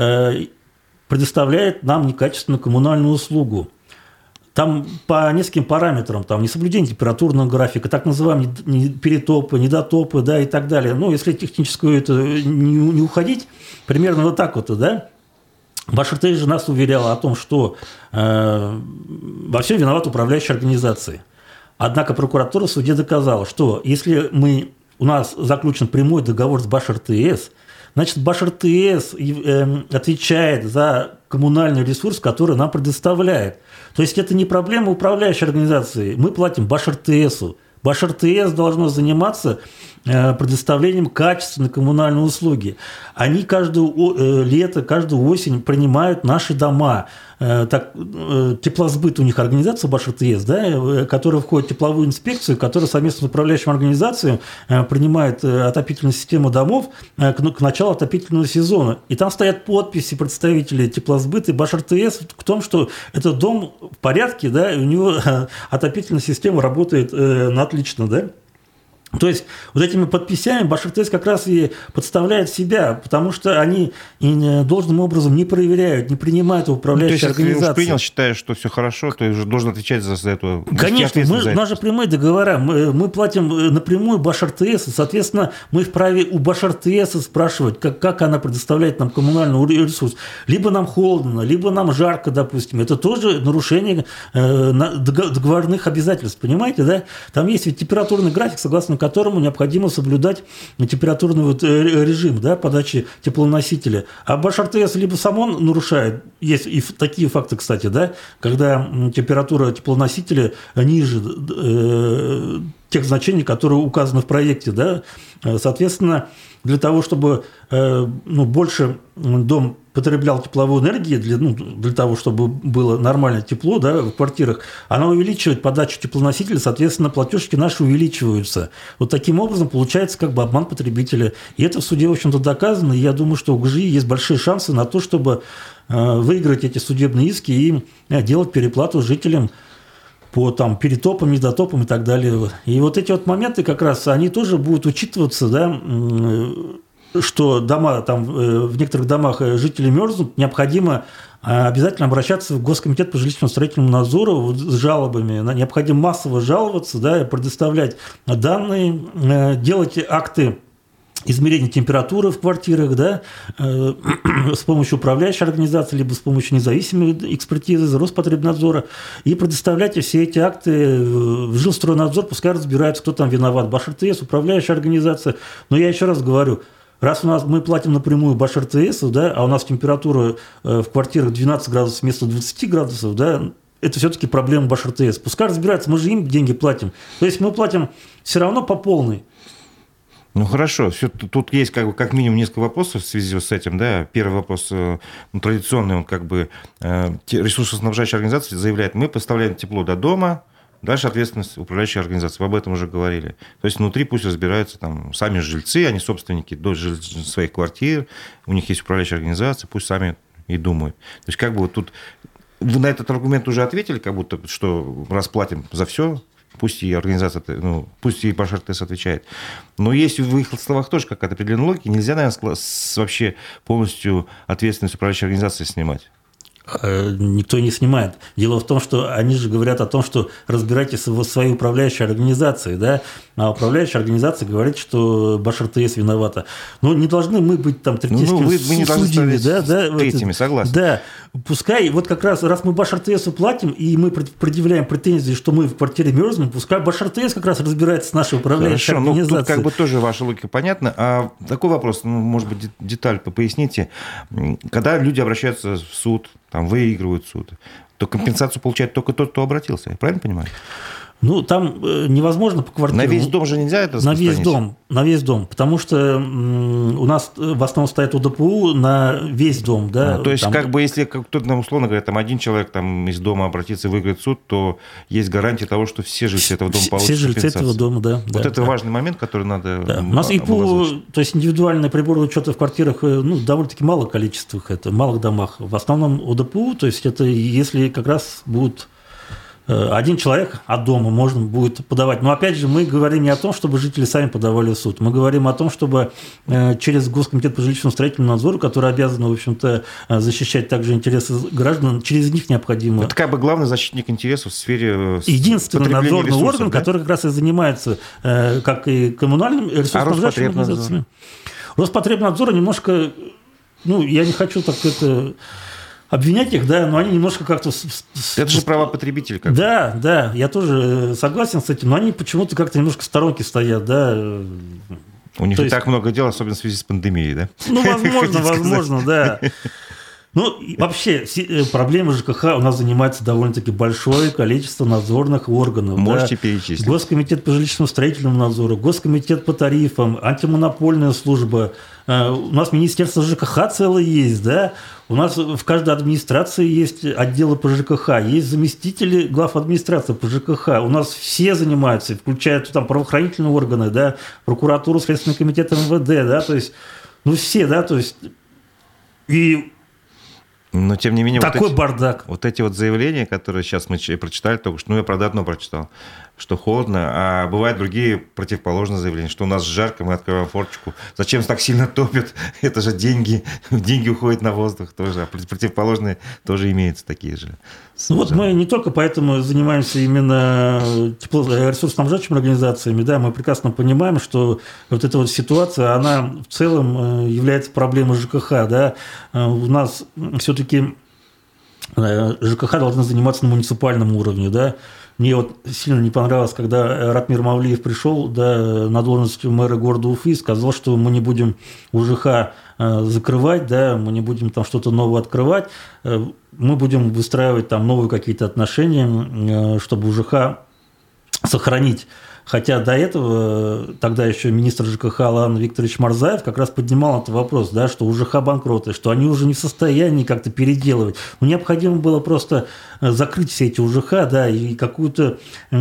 предоставляет нам некачественную коммунальную услугу. Там по нескольким параметрам, там несоблюдение температурного графика, так называемые перетопы, недотопы, да, и так далее. Ну, если техническую это не, не уходить, примерно вот так вот, да. Баш-РТС же нас уверяла о том, что э, во всем виноваты управляющие организации. Однако прокуратура в суде доказала, что если мы, у нас заключен прямой договор с Баш-РТС, значит, Баш-РТС э, отвечает за коммунальный ресурс, который нам предоставляет. То есть это не проблема управляющей организации. Мы платим Баш-РТСу. Баш-РТС должно заниматься предоставлением качественной коммунальной услуги. Они каждое лето, каждую осень принимают наши дома. Так, теплосбыт у них организация Баш-РТС, да, которая входит в тепловую инспекцию, которая совместно с управляющим организацией принимает отопительную систему домов к началу отопительного сезона. И там стоят подписи представителей теплосбыта и Баш-РТС в том, что этот дом в порядке, да, и у него отопительная система работает отлично, да. То есть вот этими подписями Баш-РТС как раз и подставляет себя, потому что они должным образом не проверяют, не принимают управляющие ну, организации. Если ты уж принял, считаешь, что все хорошо, то уже должен отвечать за, за эту... Конечно, мы, у нас же прямые договора, мы, мы платим напрямую Баш-РТС, и, соответственно, мы вправе у Баш-РТС спрашивать, как, как она предоставляет нам коммунальный ресурс. Либо нам холодно, либо нам жарко, допустим. Это тоже нарушение договорных обязательств, понимаете, да? Там есть ведь температурный график, согласно которому необходимо соблюдать температурный вот режим, да, подачи теплоносителя. А Баш-эр-тэ эс либо само нарушает, есть и такие факты, кстати, да, когда температура теплоносителя ниже э, тех значений, которые указаны в проекте, да, соответственно, для того, чтобы э, ну, больше дом потреблял тепловой энергии, для, ну, для того, чтобы было нормальное тепло, да, в квартирах, она увеличивает подачу теплоносителя, соответственно, платежки наши увеличиваются. Вот таким образом получается как бы обман потребителя. И это в суде, в общем-то, доказано, и я думаю, что у ГЖИ есть большие шансы на то, чтобы э, выиграть эти судебные иски и э, делать переплату жителям по там, перетопам, недотопам и так далее. И вот эти вот моменты как раз, они тоже будут учитываться, да, что дома, там, в некоторых домах жители мерзнут, необходимо обязательно обращаться в Госкомитет по жилищно-строительному надзору с жалобами. Необходимо массово жаловаться, да, предоставлять данные, делать акты измерение температуры в квартирах, да, э, с помощью управляющей организации, либо с помощью независимой экспертизы Роспотребнадзора, и предоставляйте все эти акты в Жилстройнадзор, пускай разбираются, кто там виноват. Баш-эр-тэ эс, управляющая организация. Но я еще раз говорю, раз у нас мы платим напрямую Баш-эр-тэ эс, да, а у нас температура в квартирах двенадцать градусов вместо двадцати градусов, да, это все-таки проблема Баш-эр-тэ эс. Пускай разбираются, мы же им деньги платим. То есть мы платим все равно по полной. Ну хорошо, все, тут есть как, бы, как минимум несколько вопросов в связи с этим. Да? Первый вопрос, ну, традиционный, он как бы ресурсоснабжающая организация заявляет, мы поставляем тепло до дома, дальше ответственность управляющей организации. Вы об этом уже говорили. То есть внутри пусть разбираются там, сами жильцы, они собственники до своих квартир, у них есть управляющая организация, пусть сами и думают. То есть как бы вот тут вы на этот аргумент уже ответили, как будто что расплатим за все. Пусть и организация, ну, пусть и Баш-эр-тэ эс отвечает. Но есть в их словах тоже какая-то определенная логика. Нельзя, наверное, вообще полностью ответственность управляющей организации снимать. Никто не снимает. Дело в том, что они же говорят о том, что разбирайтесь в своей управляющей организации, да, а управляющая организация говорит, что Баш-эр-тэ эс виновата. Но не должны мы быть там третейскими ну, вы, вы судьями, да, да, третьими, согласен. Да, пускай, вот как раз, раз мы Баш-эр-тэ эсу платим, и мы предъявляем претензии, что мы в квартире мерзнем, пускай Баш-эр-тэ эс как раз разбирается с нашей управляющей Хорошо, организацией. Ну, тут как бы тоже ваша логика понятна. А такой вопрос, ну, может быть, деталь поясните. Когда люди обращаются в суд, там выигрывают суд, то компенсацию получает только тот, кто обратился. Я правильно понимаю? Ну, там невозможно по квартире. На весь дом же нельзя это На весь дом, на весь дом, потому что у нас в основном стоит о дэ пэ у на весь дом. Да, а, то есть, там... как бы, если кто-то, нам, условно говоря, там один человек там, из дома обратится и выиграет суд, то есть гарантия того, что все жильцы этого дома получат Все жильцы этого дома, да. Вот да, это да. важный момент, который надо да. У нас и по, то есть, индивидуальные приборы учета в квартирах, ну, довольно-таки мало количествах, это в малых домах. В основном о дэ пэ у, то есть, это если как раз будут... Один человек от дома можно будет подавать. Но опять же, мы говорим не о том, чтобы жители сами подавали в суд. Мы говорим о том, чтобы через Госкомитет по жилищно-строительному надзору, который обязан, в общем-то, защищать также интересы граждан, через них необходимо. Это как бы главный защитник интересов в сфере единственный надзорный ресурсов, орган, да? который как раз и занимается, как и коммунальными ресурсными организациями. Роспотребнадзор немножко, ну, я не хочу так это... обвинять их, да, но они немножко как-то... Это же права потребителей. Как да, бы. да, я тоже согласен с этим, но они почему-то как-то немножко в сторонке стоят, да. У них То не есть... так много дел, особенно в связи с пандемией, да? Ну, возможно, возможно, да. Ну, вообще, проблемой ЖКХ у нас занимается довольно-таки большое количество надзорных органов. Можете да? перечислить. Госкомитет по жилищно-строительному надзору, Госкомитет по тарифам, антимонопольная служба. У нас Министерство ЖКХ целое есть, да? У нас в каждой администрации есть отделы по ЖКХ, есть заместители глав администрации по ЖКХ. У нас все занимаются, включая там правоохранительные органы, да, прокуратуру, Следственный комитет эм вэ дэ, да, то есть, ну, все, да, то есть, и... Но, тем не менее, такой вот эти, бардак. Вот эти вот заявления, которые сейчас мы прочитали только что, ну, я, правда, одно прочитал, что холодно, а бывают другие противоположные заявления, что у нас жарко, мы открываем форточку. Зачем так сильно топят? Это же деньги, деньги уходят на воздух тоже, а противоположные тоже имеются такие же. Ну вот мы не только поэтому занимаемся именно ресурсоснабжающими организациями, да, мы прекрасно понимаем, что вот эта вот ситуация, она в целом является проблемой ЖКХ, да, у нас все-таки ЖКХ должны заниматься на муниципальном уровне, да. Мне вот сильно не понравилось, когда Ратмир Мавлиев пришел, да, на должность мэра города Уфы и сказал, что мы не будем УЖХ закрывать, да, мы не будем там что-то новое открывать, мы будем выстраивать там новые какие-то отношения, чтобы УЖХ сохранить. Хотя до этого, тогда еще министр ЖКХ Алан Викторович Марзаев как раз поднимал этот вопрос, да, что УЖХ банкроты, что они уже не в состоянии как-то переделывать. Ну, необходимо было просто закрыть все эти УЖХ, да, и какую-то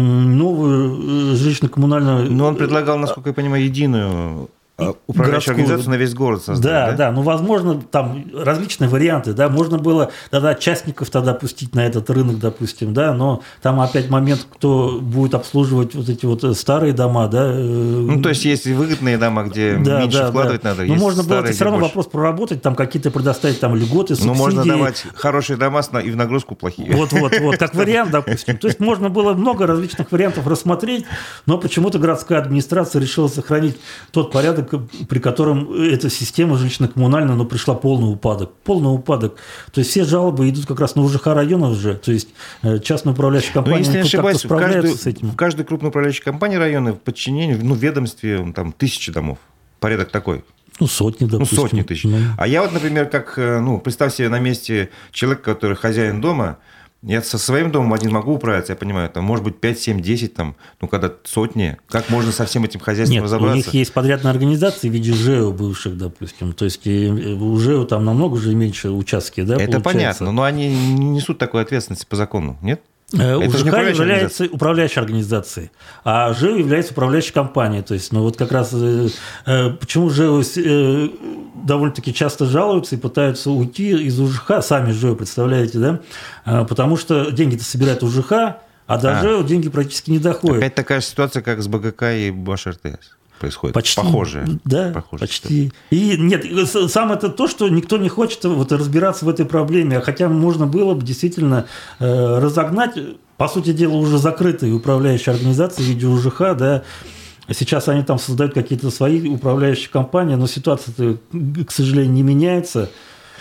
новую жилищно-коммунальную... Но он предлагал, насколько я понимаю, единую... управляющую организацию на весь город создать, да, да? Да, ну, возможно, там различные варианты, да, можно было тогда частников тогда пустить на этот рынок, допустим, да, но там опять момент, кто будет обслуживать вот эти вот старые дома, да. Ну, то есть, есть выгодные дома, где да, меньше да, вкладывать да. надо, ну, есть можно старые, было все равно больше. Вопрос проработать, там какие-то предоставить там льготы, субсидии. Ну, можно давать хорошие дома и в нагрузку плохие. Вот-вот, вот, как вариант, допустим. То есть, можно было много различных вариантов рассмотреть, но почему-то городская администрация решила сохранить тот порядок, при котором эта система жилищно-коммунальная, но пришла полный упадок. Полный упадок. То есть все жалобы идут как раз на УЖХ районов уже. То есть частные управляющие компании если не ошибаюсь, справляются каждую, с этим. В каждой крупной управляющей компании района в подчинении, ну, в ведомстве там тысячи домов. Порядок такой. Ну, сотни, допустим. Ну, сотни тысяч. Ну. А я вот, например, как, ну, представь себе на месте человека, который хозяин дома, я со своим домом один могу управиться, я понимаю, там, может быть, пять, семь, десять, там, ну, когда сотни. Как можно со всем этим хозяйством Нет, разобраться? У них есть подрядные организации в виде ЖЭО бывших, допустим. То есть у ЖЭО там намного уже меньше участки, да, это получается? Понятно, но они не несут такой ответственности по закону, нет? УЖХ является управляющей организацией, а ЖЭО является управляющей компанией. То есть, ну вот как раз почему ЖЭО довольно-таки часто жалуются и пытаются уйти из УЖХ, сами ЖЭО, представляете, да? Потому что деньги-то собирает УЖХ, а до а. ЖЭО деньги практически не доходят. Опять такая же ситуация, как с БГК и БашРТС происходит. Почти. Похожие. Да, Похожие почти. И нет, самое это то, что никто не хочет вот разбираться в этой проблеме, хотя можно было бы действительно э, разогнать, по сути дела, уже закрытые управляющие организации в виде УЖХ, да. Сейчас они там создают какие-то свои управляющие компании, но ситуация, к сожалению, не меняется.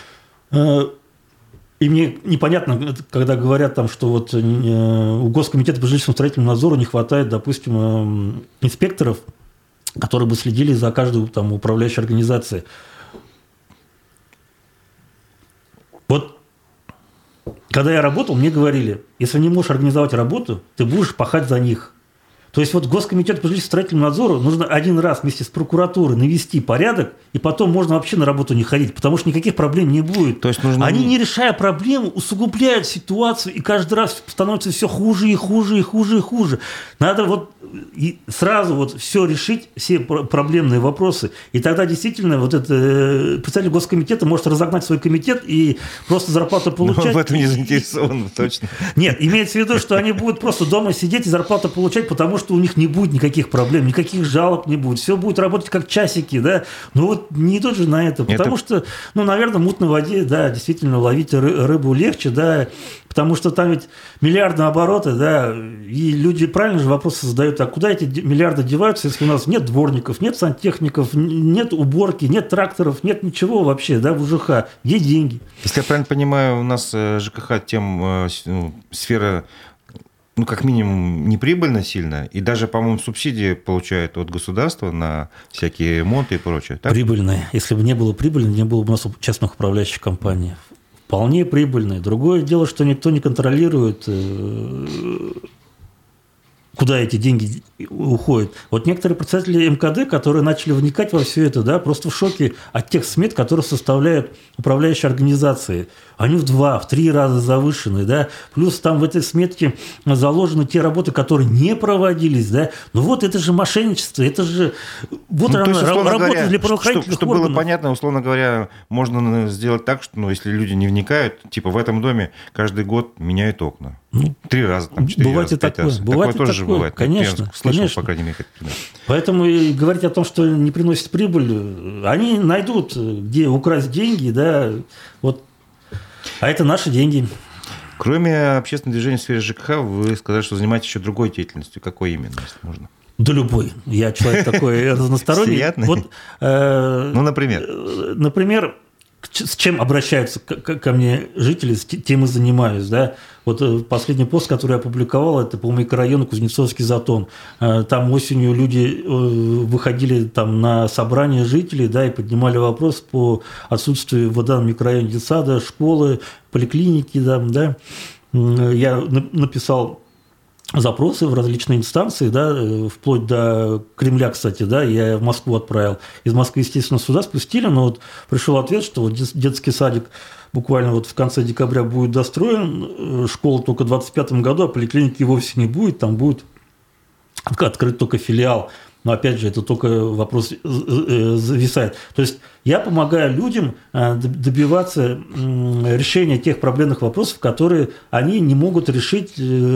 И мне непонятно, когда говорят, там, что вот у Госкомитета по жилищному строительному надзору не хватает, допустим, инспекторов, которые бы следили за каждой там, управляющей организацией. Вот когда я работал, мне говорили, если не можешь организовать работу, ты будешь пахать за них. То есть вот Госкомитет по жилищно-строительному надзору нужно один раз вместе с прокуратурой навести порядок, и потом можно вообще на работу не ходить, потому что никаких проблем не будет. То есть нужно... Они, не решая проблему, усугубляют ситуацию, и каждый раз становится все хуже и хуже и хуже и хуже. Надо вот и сразу вот все решить, все проблемные вопросы, и тогда действительно вот это представитель Госкомитета может разогнать свой комитет и просто зарплату получать. Но он в этом не заинтересован, точно. Нет, имеется в виду, что они будут просто дома сидеть и зарплату получать, потому что у них не будет никаких проблем, никаких жалоб не будет, все будет работать как часики, да, но вот не идут же на это, потому это... что, ну, наверное, в мутной воде, да, действительно ловить рыбу легче, да, потому что там ведь миллиардные обороты, да, и люди правильно же вопросы задают, а куда эти миллиарды деваются, если у нас нет дворников, нет сантехников, нет уборки, нет тракторов, нет ничего вообще, да, в УЖХ, где деньги? Если я правильно понимаю, у нас ЖКХ тем, ну, сфера... ну, как минимум, неприбыльно сильно, и даже, по-моему, субсидии получают от государства на всякие ремонты и прочее. Так? Прибыльные. Если бы не было прибыльно, не было бы у нас частных управляющих компаний. Вполне прибыльные. Другое дело, что никто не контролирует, куда эти деньги уходят. Вот некоторые представители эм ка дэ, которые начали вникать во все это, да, просто в шоке от тех смет, которые составляют управляющие организации. Они в два, в три раза завышены, да, плюс там в этой сметке заложены те работы, которые не проводились, да. Ну вот это же мошенничество, это же вот ну, она, есть, работа говоря, для правоохранительных чтобы, органов. Чтобы было понятно, условно говоря, можно сделать так, что, ну, если люди не вникают, типа в этом доме каждый год меняют окна. Ну, Три раза, там, четыре бывает раза, и пять такое. раз. Бывает такое и тоже такое. бывает. Конечно, я слышал, конечно. по крайней мере. Да. Поэтому и говорить о том, что не приносит прибыль, они найдут, где украсть деньги, да, вот. А это наши деньги. Кроме общественного движения в сфере ЖКХ, вы сказали, что занимаетесь еще другой деятельностью. Какой именно, если можно? Да любой. Я человек такой разносторонний. Всеядный? Вот, э, ну, например? Например, к с чем обращаются ко мне жители, тем и занимаюсь, да. Вот последний пост, который я опубликовал, это по микрорайону Кузнецовский затон. Там осенью люди выходили там на собрание жителей, да, и поднимали вопрос по отсутствию в данном микрорайоне детсада, школы, поликлиники, да, да. Я написал запросы в различные инстанции, да, вплоть до Кремля, кстати, да, я в Москву отправил. Из Москвы, естественно, сюда спустили, но вот пришел ответ, что вот детский садик буквально вот в конце декабря будет достроен, школа только в двадцать пятом году, а поликлиники вовсе не будет, там будет открыт только филиал. Но, опять же, это только вопрос зависает. То есть я помогаю людям добиваться решения тех проблемных вопросов, которые они не могут решить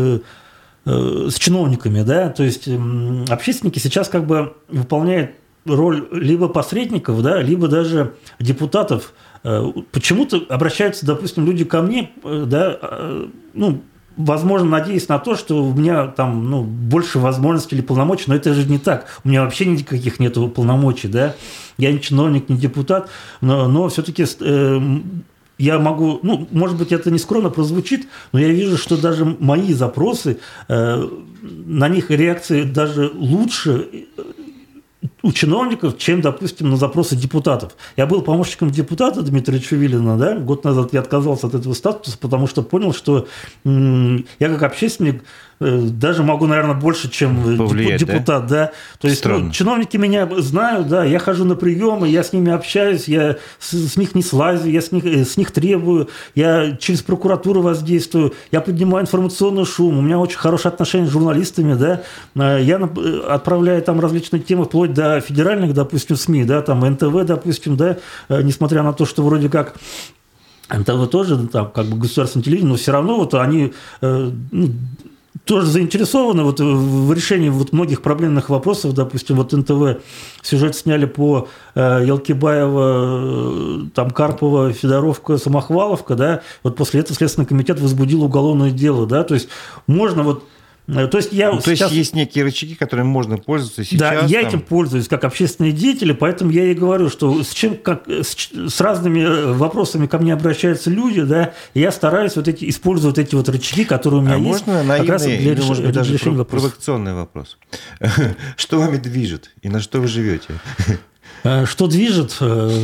с чиновниками, да, то есть общественники сейчас как бы выполняют роль либо посредников, да, либо даже депутатов. Почему-то обращаются, допустим, люди ко мне, да, ну, возможно, надеясь на то, что у меня там, ну, больше возможностей или полномочий, но это же не так. У меня вообще никаких нету полномочий, да. Я не чиновник, не депутат, но, но все-таки э, я могу, ну, может быть, это не скромно прозвучит, но я вижу, что даже мои запросы, э, на них реакции даже лучше у чиновников, чем, допустим, на запросы депутатов. Я был помощником депутата Дмитрия Чувилина, да, год назад я отказался от этого статуса, потому что понял, что м- я как общественник э, даже могу, наверное, больше, чем повлиять, депутат, да. да? То есть ну, чиновники меня знают, да, я хожу на приемы, я с ними общаюсь, я с, с них не слазю, я с них, с них требую, я через прокуратуру воздействую, я поднимаю информационный шум, у меня очень хорошие отношения с журналистами, да, я отправляю там различные темы, вплоть до федеральных, допустим, СМИ, да, там эн тэ вэ, допустим, да, несмотря на то, что вроде как эн тэ вэ тоже там как бы государственное телевидение, но все равно вот они э, ну, тоже заинтересованы вот в решении вот многих проблемных вопросов, допустим, вот эн тэ вэ сюжет сняли по э, Ялкибаева, там Карпова, Федоровка, Самохваловка, да, вот после этого Следственный комитет возбудил уголовное дело, да, то есть можно вот То есть, я ну, то сейчас... есть есть некие рычаги, которыми можно пользоваться сейчас. Да, я там... этим пользуюсь как общественный деятель, поэтому я и говорю, что с, чем, как, с, с разными вопросами ко мне обращаются люди, да, и я стараюсь вот эти, использовать эти вот рычаги, которые у меня а есть. Можно наивный, как раз для, или, может быть, даже решения вопросов. провокационный вопрос. Что вами движет и на что вы живете? Что движет?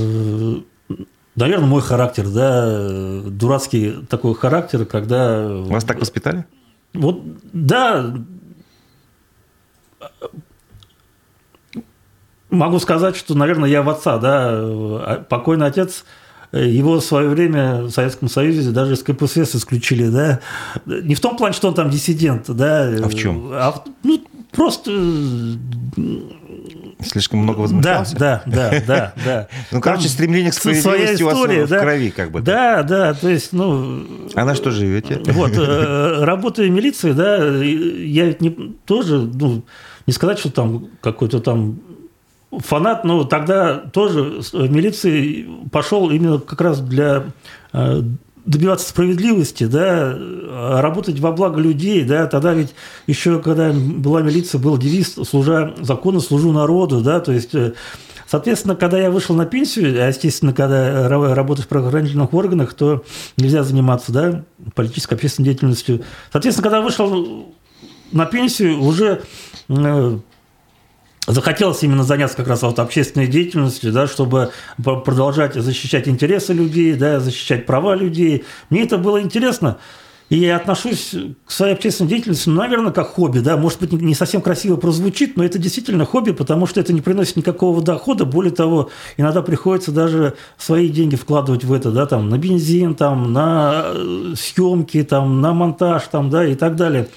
Наверное, мой характер, да, дурацкий такой характер, когда... Вас так воспитали? Вот, да, могу сказать, что, наверное, я в отца, да, покойный отец, его в свое время в Советском Союзе даже из ка пэ эс эс исключили, да, не в том плане, что он там диссидент, да. А в чем? А в, ну, просто... Слишком много возмущался? Да, да, да, да, да. Ну, короче, стремление к справедливости у вас в крови, как бы. Да, да, то есть, ну... А на что живете? Вот, работая в милиции, да, я ведь не тоже, ну, не сказать, что там какой-то там фанат, но тогда тоже в милиции пошел именно как раз для... добиваться справедливости, да, работать во благо людей, да, тогда ведь еще, когда была милиция, был девиз «служа закону, служу народу», да, то есть, соответственно, когда я вышел на пенсию, а, естественно, когда работаешь в правоохранительных органах, то нельзя заниматься, да, политической, общественной деятельностью. Соответственно, когда я вышел на пенсию, уже захотелось именно заняться как раз вот общественной деятельностью, да, чтобы продолжать защищать интересы людей, да, защищать права людей. Мне это было интересно. И я отношусь к своей общественной деятельности, ну, наверное, как хобби. Да. Может быть, не совсем красиво прозвучит, но это действительно хобби, потому что это не приносит никакого дохода. Более того, иногда приходится даже свои деньги вкладывать в это, да, там, на бензин, там, на съемки, там, на монтаж там, да, и так далее.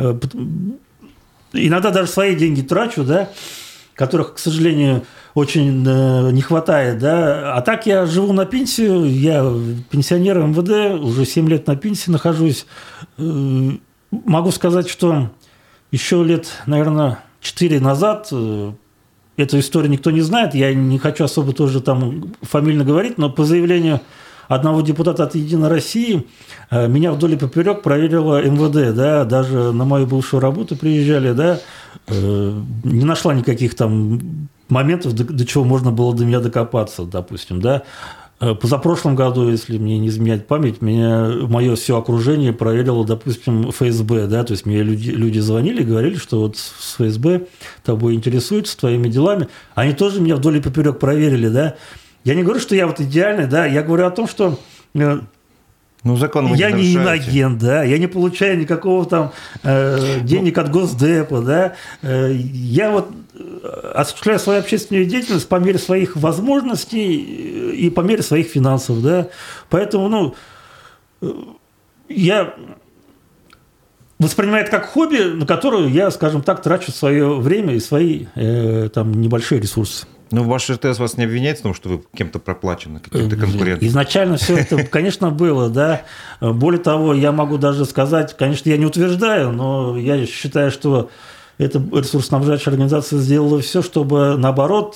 Иногда даже свои деньги трачу, да, которых, к сожалению, очень э, не хватает, да. А так я живу на пенсию, я пенсионер эм вэ дэ, уже семь лет на пенсии нахожусь. Э, могу сказать, что еще лет, наверное, четыре назад, э, эту историю никто не знает, я не хочу особо тоже там фамильно говорить, но по заявлению одного депутата от «Единой России» меня вдоль и поперек проверила эм вэ дэ, да, даже на мою бывшую работу приезжали, да, не нашла никаких там моментов, до, до чего можно было до меня докопаться, допустим, да. позапрошлом году, если мне не изменяет память, меня мое все окружение проверило, допустим, эф эс бэ, да, то есть мне люди, люди звонили, говорили, что вот с эф эс бэ тобой интересуются, твоими делами. Они тоже меня вдоль и поперек проверили, да. Я не говорю, что я вот идеальный, да, я говорю о том, что... Ну, закон вы я не не иноагент, да, я не получаю никакого там э, денег от Госдепа, да, э, я вот осуществляю свою общественную деятельность по мере своих возможностей и по мере своих финансов, да, поэтому, ну, я воспринимаю это как хобби, на которое я, скажем так, трачу свое время и свои э, там небольшие ресурсы. Ну, ваш эр тэ эс вас не обвиняет в том, что вы кем-то проплачены, каким-то конкурентом? Изначально все это, конечно, было, да. Более того, я могу даже сказать, конечно, я не утверждаю, но я считаю, что эта ресурсоснабжающая организация сделала все, чтобы, наоборот,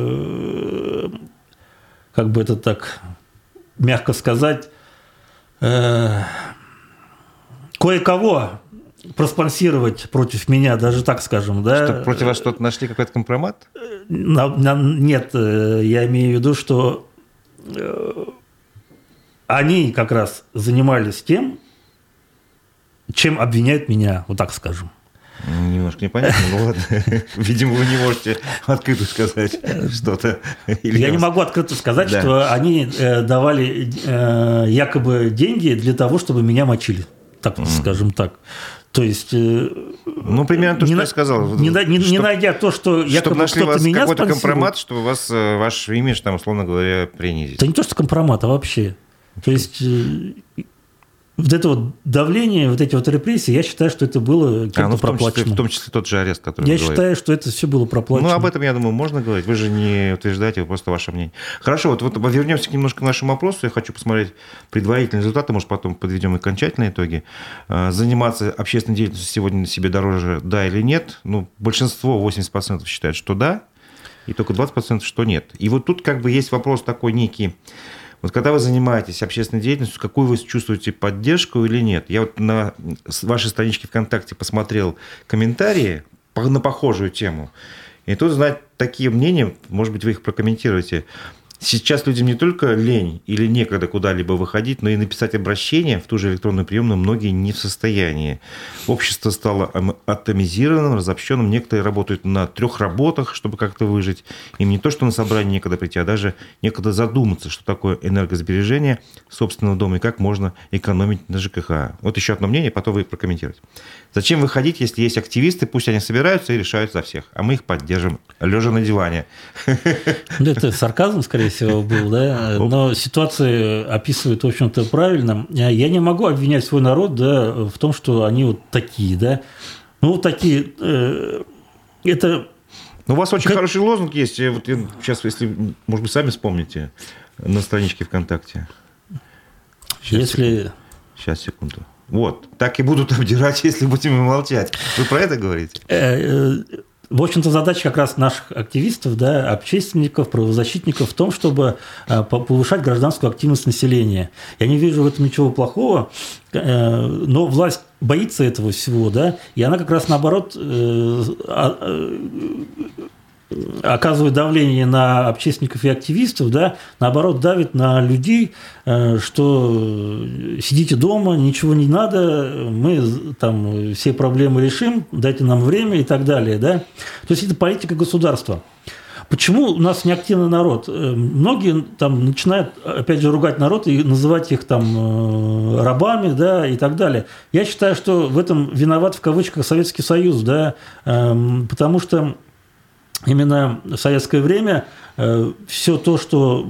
как бы это так мягко сказать, кое-кого проспонсировать против меня, даже так скажем, да. Что, против вас что-то нашли, какой-то компромат? На, на, нет, я имею в виду, что они как раз занимались тем, чем обвиняют меня, вот так скажем. Немножко непонятно, но ладно. Видимо, вы не можете открыто сказать что-то. Я не могу открыто сказать, да. что они давали якобы деньги для того, чтобы меня мочили, так mm. скажем так. То есть, ну, примерно то, что не, я сказал. Не, не, чтоб, не найдя то, что якобы нашли кто-то вас меня какой-то спонсирует. Компромат, чтобы вас, ваш имидж, там, условно говоря, принизить. Это не то, что компромат, а вообще. То есть, вот это вот давление, вот эти вот репрессии, я считаю, что это было кем-то а, ну, в том проплачено. Числе, в том числе тот же арест, который Я вы считаю, говорите. что это все было проплачено. Ну, об этом, я думаю, можно говорить. Вы же не утверждаете, вы просто ваше мнение. Хорошо, вот, вот вернемся немножко к нашему вопросу. Я хочу посмотреть предварительные результаты, может, потом подведем окончательные итоги. Заниматься общественной деятельностью сегодня себе дороже, да или нет? Ну, большинство, восемьдесят процентов считают, что да, и только двадцать процентов, что нет. И вот тут как бы есть вопрос такой некий. Вот когда вы занимаетесь общественной деятельностью, какую вы чувствуете поддержку или нет? Я вот на вашей страничке ВКонтакте посмотрел комментарии на похожую тему. И тут, знаете, такие мнения, может быть, вы их прокомментируете. Сейчас людям не только лень или некогда куда-либо выходить, но и написать обращение в ту же электронную приемную многие не в состоянии. Общество стало атомизированным, разобщенным. Некоторые работают на трех работах, чтобы как-то выжить. Им не то, что на собрание некогда прийти, а даже некогда задуматься, что такое энергосбережение собственного дома и как можно экономить на ЖКХ. Вот еще одно мнение, потом вы прокомментируете. Зачем выходить, если есть активисты, пусть они собираются и решают за всех, а мы их поддержим, лежа на диване. Это сарказм, скорее всего, был, да, но ситуация описывает, в общем-то, правильно. Я не могу обвинять свой народ, да, в том, что они вот такие, да. Ну, вот такие, э, это... Ну, у вас очень как... хороший лозунг есть, вот я сейчас, если, может быть, сами вспомните, на страничке ВКонтакте. Сейчас, если... секунду. Сейчас, секунду. Вот, так и будут обдирать, если будем молчать. Вы про это говорите? В общем-то, задача как раз наших активистов, да, общественников, правозащитников в том, чтобы повышать гражданскую активность населения. Я не вижу в этом ничего плохого, но власть боится этого всего, да, и она как раз наоборот оказывает давление на общественников и активистов, да, наоборот, давит на людей, что сидите дома, ничего не надо, мы там все проблемы решим, дайте нам время и так далее. Да. То есть это политика государства. Почему у нас неактивный народ? Многие там начинают, опять же, ругать народ и называть их там рабами, да, и так далее. Я считаю, что в этом виноват в кавычках Советский Союз, да, потому что именно в советское время э, все то, что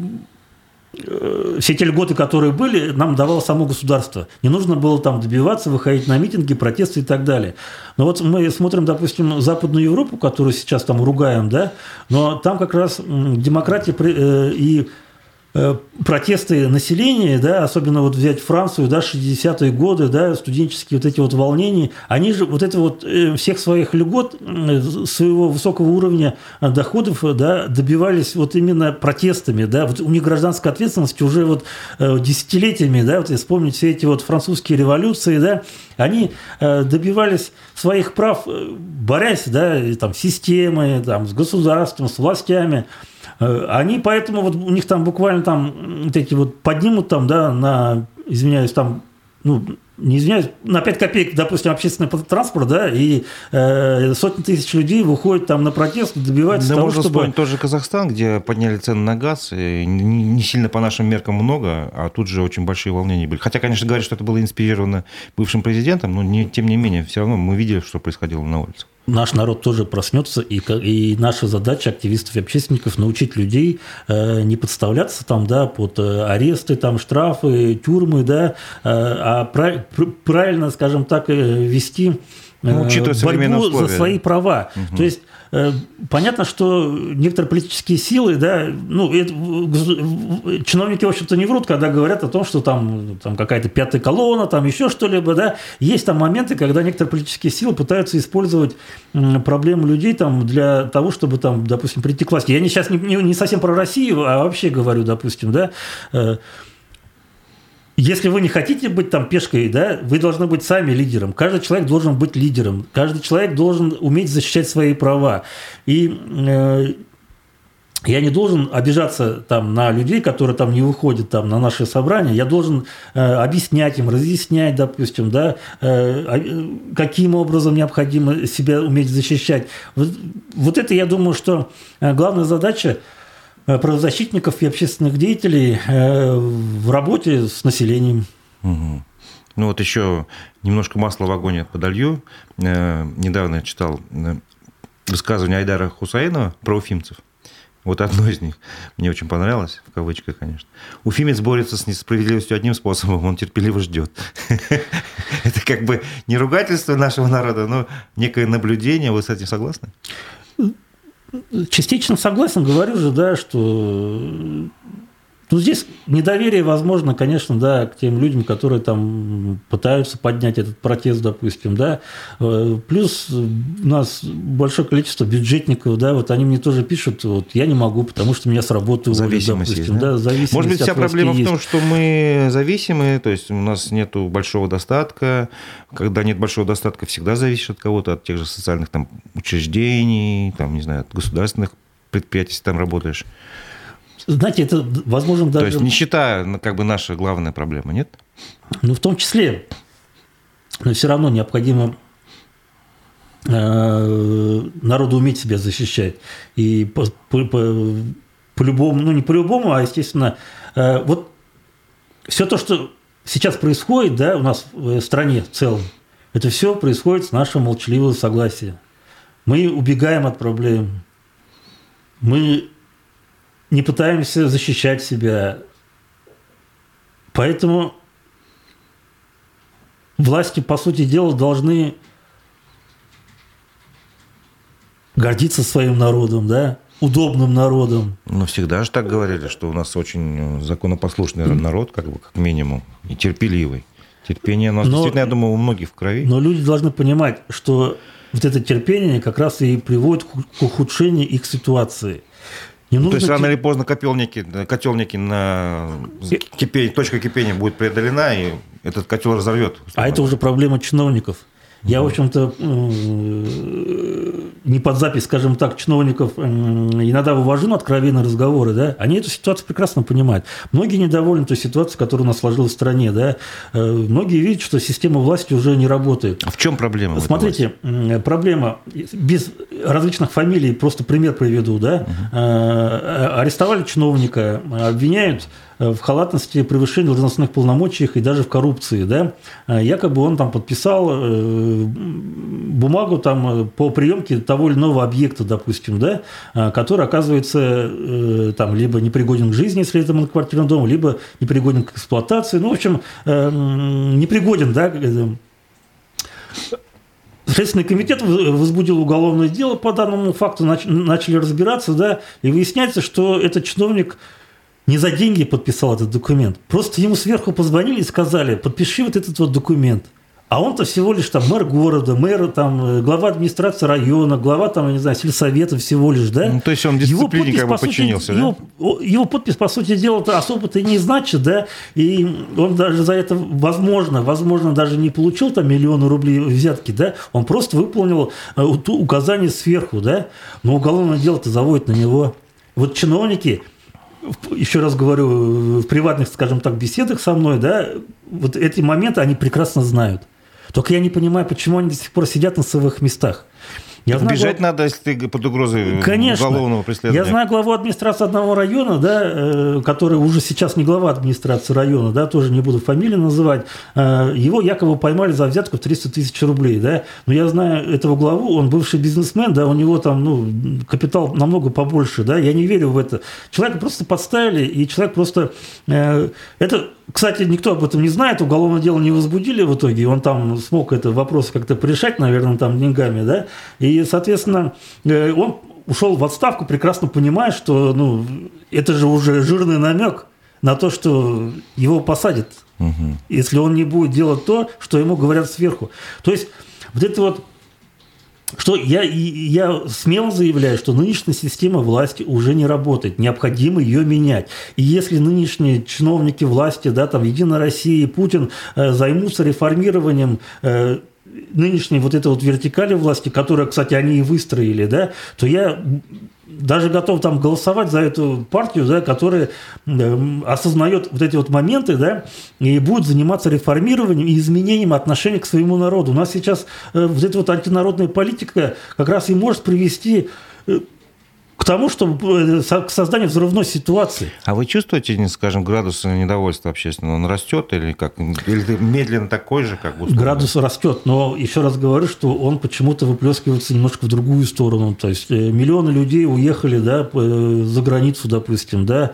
э, все те льготы, которые были, нам давало само государство. Не нужно было там добиваться, выходить на митинги, протесты и так далее. Но вот мы смотрим, допустим, Западную Европу, которую сейчас там ругаем, да, но там как раз демократия э, и протесты населения, да, особенно вот взять Францию, да, шестидесятые годы, да, студенческие вот эти вот волнения, они же вот это вот всех своих льгот, своего высокого уровня доходов, да, добивались вот именно протестами, да, вот у них гражданская ответственность уже вот десятилетиями, да, вот если вспомнить все эти вот французские революции, да, Они добивались своих прав, борясь, да, там, с системой, там, с государством, с властями. Они поэтому вот у них там буквально там вот эти вот поднимут там, да, на, извиняюсь, там, ну, не извиняюсь, на пять копеек, допустим, общественный транспорт, да, и э, сотни тысяч людей выходят там на протест, добиваются да, того, можно чтобы... вспомнить тоже Казахстан, где подняли цены на газ, и не, не сильно по нашим меркам много, а тут же очень большие волнения были. Хотя, конечно, говорят, что это было инспирировано бывшим президентом, но не, тем не менее, все равно мы видели, что происходило на улице. Наш народ тоже проснется, и, и наша задача активистов и общественников научить людей э, не подставляться там, да, под э, аресты, там, штрафы, тюрьмы, да, э, а прав, правильно, скажем так, вести э, ну, борьбу условия, за свои права. Угу. То есть э, понятно, что некоторые политические силы, да, ну, это, чиновники, в общем-то, не врут, когда говорят о том, что там, там какая-то пятая колонна, там еще что-либо, да, есть там моменты, когда некоторые политические силы пытаются использовать проблемы людей там для того, чтобы там, допустим, прийти к власти. Я не, сейчас не, не, не совсем про Россию, а вообще говорю, допустим, да, э, если вы не хотите быть там пешкой, да, вы должны быть сами лидером. Каждый человек должен быть лидером. Каждый человек должен уметь защищать свои права. И э, я не должен обижаться там на людей, которые там не выходят там на наши собрания. Я должен э, объяснять им, разъяснять, допустим, да, э, каким образом необходимо себя уметь защищать. Вот, вот это, я думаю, что главная задача правозащитников и общественных деятелей э, в работе с населением. Угу. Ну вот еще немножко масла в огонь подолью. Э, недавно я читал высказывание Айдара Хусаинова про уфимцев. Вот одно из них мне очень понравилось, в кавычках, конечно. Уфимец борется с несправедливостью одним способом, он терпеливо ждет. Это как бы не ругательство нашего народа, но некое наблюдение. Вы с этим согласны? Частично согласен, говорю же, да, что ну, здесь недоверие, возможно, конечно, да, к тем людям, которые там пытаются поднять этот протест, допустим, да. Плюс у нас большое количество бюджетников, да, вот они мне тоже пишут, вот я не могу, потому что меня с работы уволят, допустим, есть, да? Да, зависимость. Может быть, вся проблема есть. в том, что мы зависимы, то есть у нас нет большого достатка. Когда нет большого достатка, всегда зависишь от кого-то, от тех же социальных там учреждений, там, не знаю, от государственных предприятий, если там работаешь. Знаете, это, возможно, даже... То есть нищета, как бы, наша главная проблема, нет? Ну, в том числе. Но все равно необходимо э, народу уметь себя защищать. И по, по, по, по-любому, ну, не по-любому, а, естественно, э, вот все то, что сейчас происходит, да, у нас в стране в целом, это все происходит с нашего молчаливого согласия. Мы убегаем от проблем. Мы не пытаемся защищать себя. Поэтому власти, по сути дела, должны гордиться своим народом, да, удобным народом. Ну, всегда же так говорили, что у нас очень законопослушный народ, как бы, как минимум, и терпеливый. Терпение у нас, но, действительно, я думаю, у многих в крови. Но люди должны понимать, что вот это терпение как раз и приводит к ухудшению их ситуации. Не ну, нужно... То есть рано или поздно котелники, котелники на кипение, точка кипения будет преодолена, и этот котел разорвет. А это уже проблема чиновников. Я, в общем-то, не под запись, скажем так, чиновников иногда вывожу на откровенные разговоры, да, они эту ситуацию прекрасно понимают. Многие недовольны той ситуацией, которая у нас сложилась в стране, да. Многие видят, что система власти уже не работает. А в чем проблема? Смотрите, проблема, без различных фамилий, просто пример приведу, да. Угу. Арестовали чиновника, обвиняют в халатности, превышении должностных полномочий и даже в коррупции, да, якобы он там подписал бумагу там по приемке того или иного объекта, допустим, да, который оказывается там либо непригоден к жизни, если это многоквартирный дом, либо непригоден к эксплуатации, ну, в общем, непригоден, да. Следственный комитет возбудил уголовное дело по данному факту, начали разбираться, да, и выясняется, что этот чиновник не за деньги подписал этот документ. Просто ему сверху позвонили и сказали, подпиши вот этот вот документ. А он-то всего лишь там мэр города, мэр, там, глава администрации района, глава там, я не знаю, сельсовета всего лишь, да? Ну, то есть он дисциплине как бы сути, подчинился, его, да? Его подпись, по сути дела, особо-то и не значит, да? И он даже за это, возможно, возможно, даже не получил там миллионы рублей взятки, да? Он просто выполнил указание сверху, да? Но уголовное дело-то заводит на него. Вот чиновники... Еще раз говорю, в приватных, скажем так, беседах со мной, да, вот эти моменты они прекрасно знают. Только я не понимаю, почему они до сих пор сидят на своих местах. Я знаю, бежать глав... надо, если ты под угрозой Конечно. уголовного преследования. Я знаю главу администрации одного района, да, который уже сейчас не глава администрации района, да, тоже не буду фамилию называть. Его якобы поймали за взятку в триста тысяч рублей, да. Но я знаю этого главу, он бывший бизнесмен, да, у него там, ну, капитал намного побольше, да. Я не верю в это. Человека просто подставили, и человек просто... Это, кстати, никто об этом не знает, уголовное дело не возбудили в итоге, он там смог этот вопрос как-то порешать, наверное, там деньгами, да. И, соответственно, он ушел в отставку, прекрасно понимая, что ну, это же уже жирный намек на то, что его посадят, угу. если он не будет делать то, что ему говорят сверху. То есть вот это вот, что я, я смело заявляю, что нынешняя система власти уже не работает, необходимо ее менять. И если нынешние чиновники власти, да, там Единая Россия и Путин э, займутся реформированием э, нынешней вот этой вот вертикали власти, которую, кстати, они и выстроили, да, то я даже готов там голосовать за эту партию, да, которая э, осознает вот эти вот моменты, да, и будет заниматься реформированием и изменением отношения к своему народу. У нас сейчас э, вот эта вот антинародная политика как раз и может привести э, к тому, чтобы к созданию взрывной ситуации. А вы чувствуете, скажем, градус недовольства общественного? Он растет или как? Или медленно такой же, как бы? Условно? Градус растет, но еще раз говорю, что он почему-то выплескивается немножко в другую сторону. То есть миллионы людей уехали, да, за границу, допустим, да.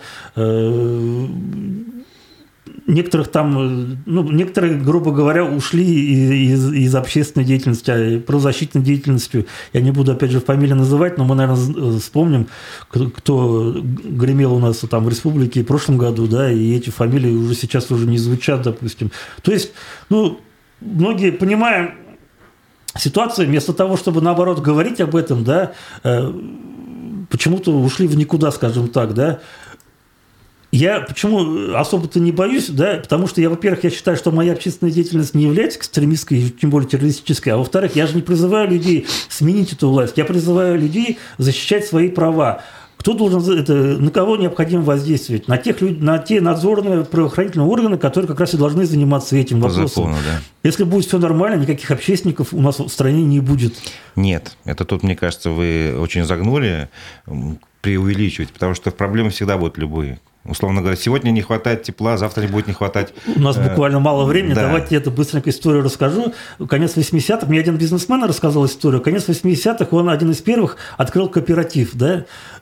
Некоторых там, ну, некоторые, грубо говоря, ушли из, из общественной деятельности, а правозащитной деятельностью. Я не буду, опять же, фамилии называть, но мы, наверное, вспомним, кто гремел у нас там в республике в прошлом году, да, и эти фамилии уже сейчас уже не звучат, допустим. То есть, ну, многие, понимая ситуацию, вместо того, чтобы, наоборот, говорить об этом, да, почему-то ушли в никуда, скажем так, да. Я почему особо-то не боюсь, да, потому что я, во-первых, я считаю, что моя общественная деятельность не является экстремистской, тем более террористической, а во-вторых, я же не призываю людей сменить эту власть, я призываю людей защищать свои права. Кто должен это, на кого необходимо воздействовать? На тех людей, на те надзорные правоохранительные органы, которые как раз и должны заниматься этим По вопросом. закону, да. Если будет все нормально, никаких общественников у нас в стране не будет. Нет, это тут, мне кажется, вы очень загнули, преувеличивать, потому что проблемы всегда будут любые. Условно говоря, сегодня не хватает тепла, завтра не будет не хватать... У нас буквально мало времени, да. Давайте я это быстренько историю расскажу. Конец восьмидесятых, мне один бизнесмен рассказал историю, конец восьмидесятых, он один из первых открыл кооператив, да,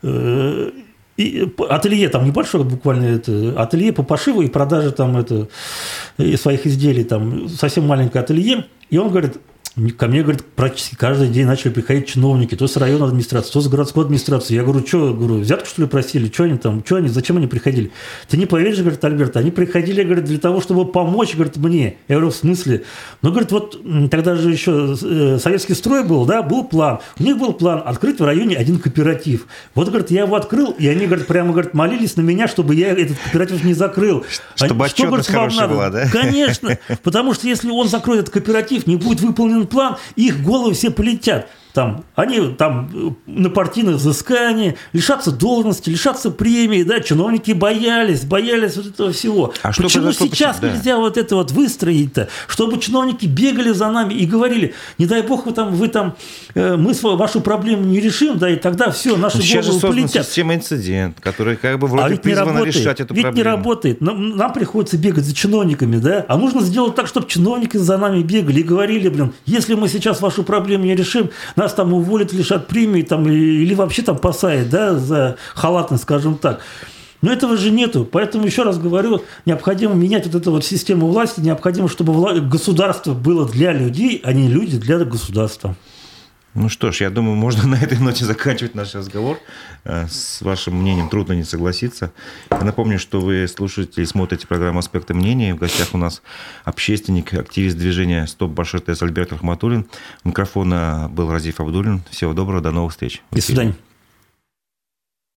и ателье, там небольшое буквально это, ателье по пошиву и продаже там это, своих изделий, там совсем маленькое ателье, и он говорит... Ко мне, говорит, практически каждый день начали приходить чиновники, то с районной администрации, то с городской администрации. Я говорю, что, говорю, взятку, что ли, просили? Что они там, что они, зачем они приходили? Ты не поверишь, говорит Альберт, они приходили, говорит, для того, чтобы помочь, говорит, мне. Я говорю, в смысле? Ну, говорит, вот тогда же еще советский строй был, да, был план. У них был план открыть в районе один кооператив. Вот, говорит, я его открыл, и они, говорит, прямо, говорит, молились на меня, чтобы я этот кооператив не закрыл. Чтобы что, отчетность хорошая была, да? Конечно, потому что если он закроет этот кооператив, не будет выполнен план, их головы все полетят. Там, они там на партийных взысканиях, лишатся должности, лишатся премии, да, чиновники боялись, боялись вот этого всего. А почему сейчас да. нельзя вот это вот выстроить-то, чтобы чиновники бегали за нами и говорили, не дай бог вы там, вы там, э, мы вашу проблему не решим, да, и тогда все, наши сейчас головы полетят. Сейчас же система инцидент, которая как бы вроде а призвана решать эту ведь проблему. Ведь не работает. Нам, нам приходится бегать за чиновниками, да, а нужно сделать так, чтобы чиновники за нами бегали и говорили, блин, если мы сейчас вашу проблему не решим, нас там уволят, лишат премии там, или вообще там посадят, да, за халатность, скажем так. Но этого же нету. Поэтому, еще раз говорю, необходимо менять вот эту вот систему власти, необходимо, чтобы вла... государство было для людей, а не люди для государства. Ну что ж, я думаю, можно на этой ноте заканчивать наш разговор. С вашим мнением трудно не согласиться. Я напомню, что вы слушаете и смотрите программу «Аспекты мнений». В гостях у нас общественник, активист движения «Стоп Башир ТС» Альберт Рахматуллин. У микрофона был Разиф Абдуллин. Всего доброго, до новых встреч. До свидания.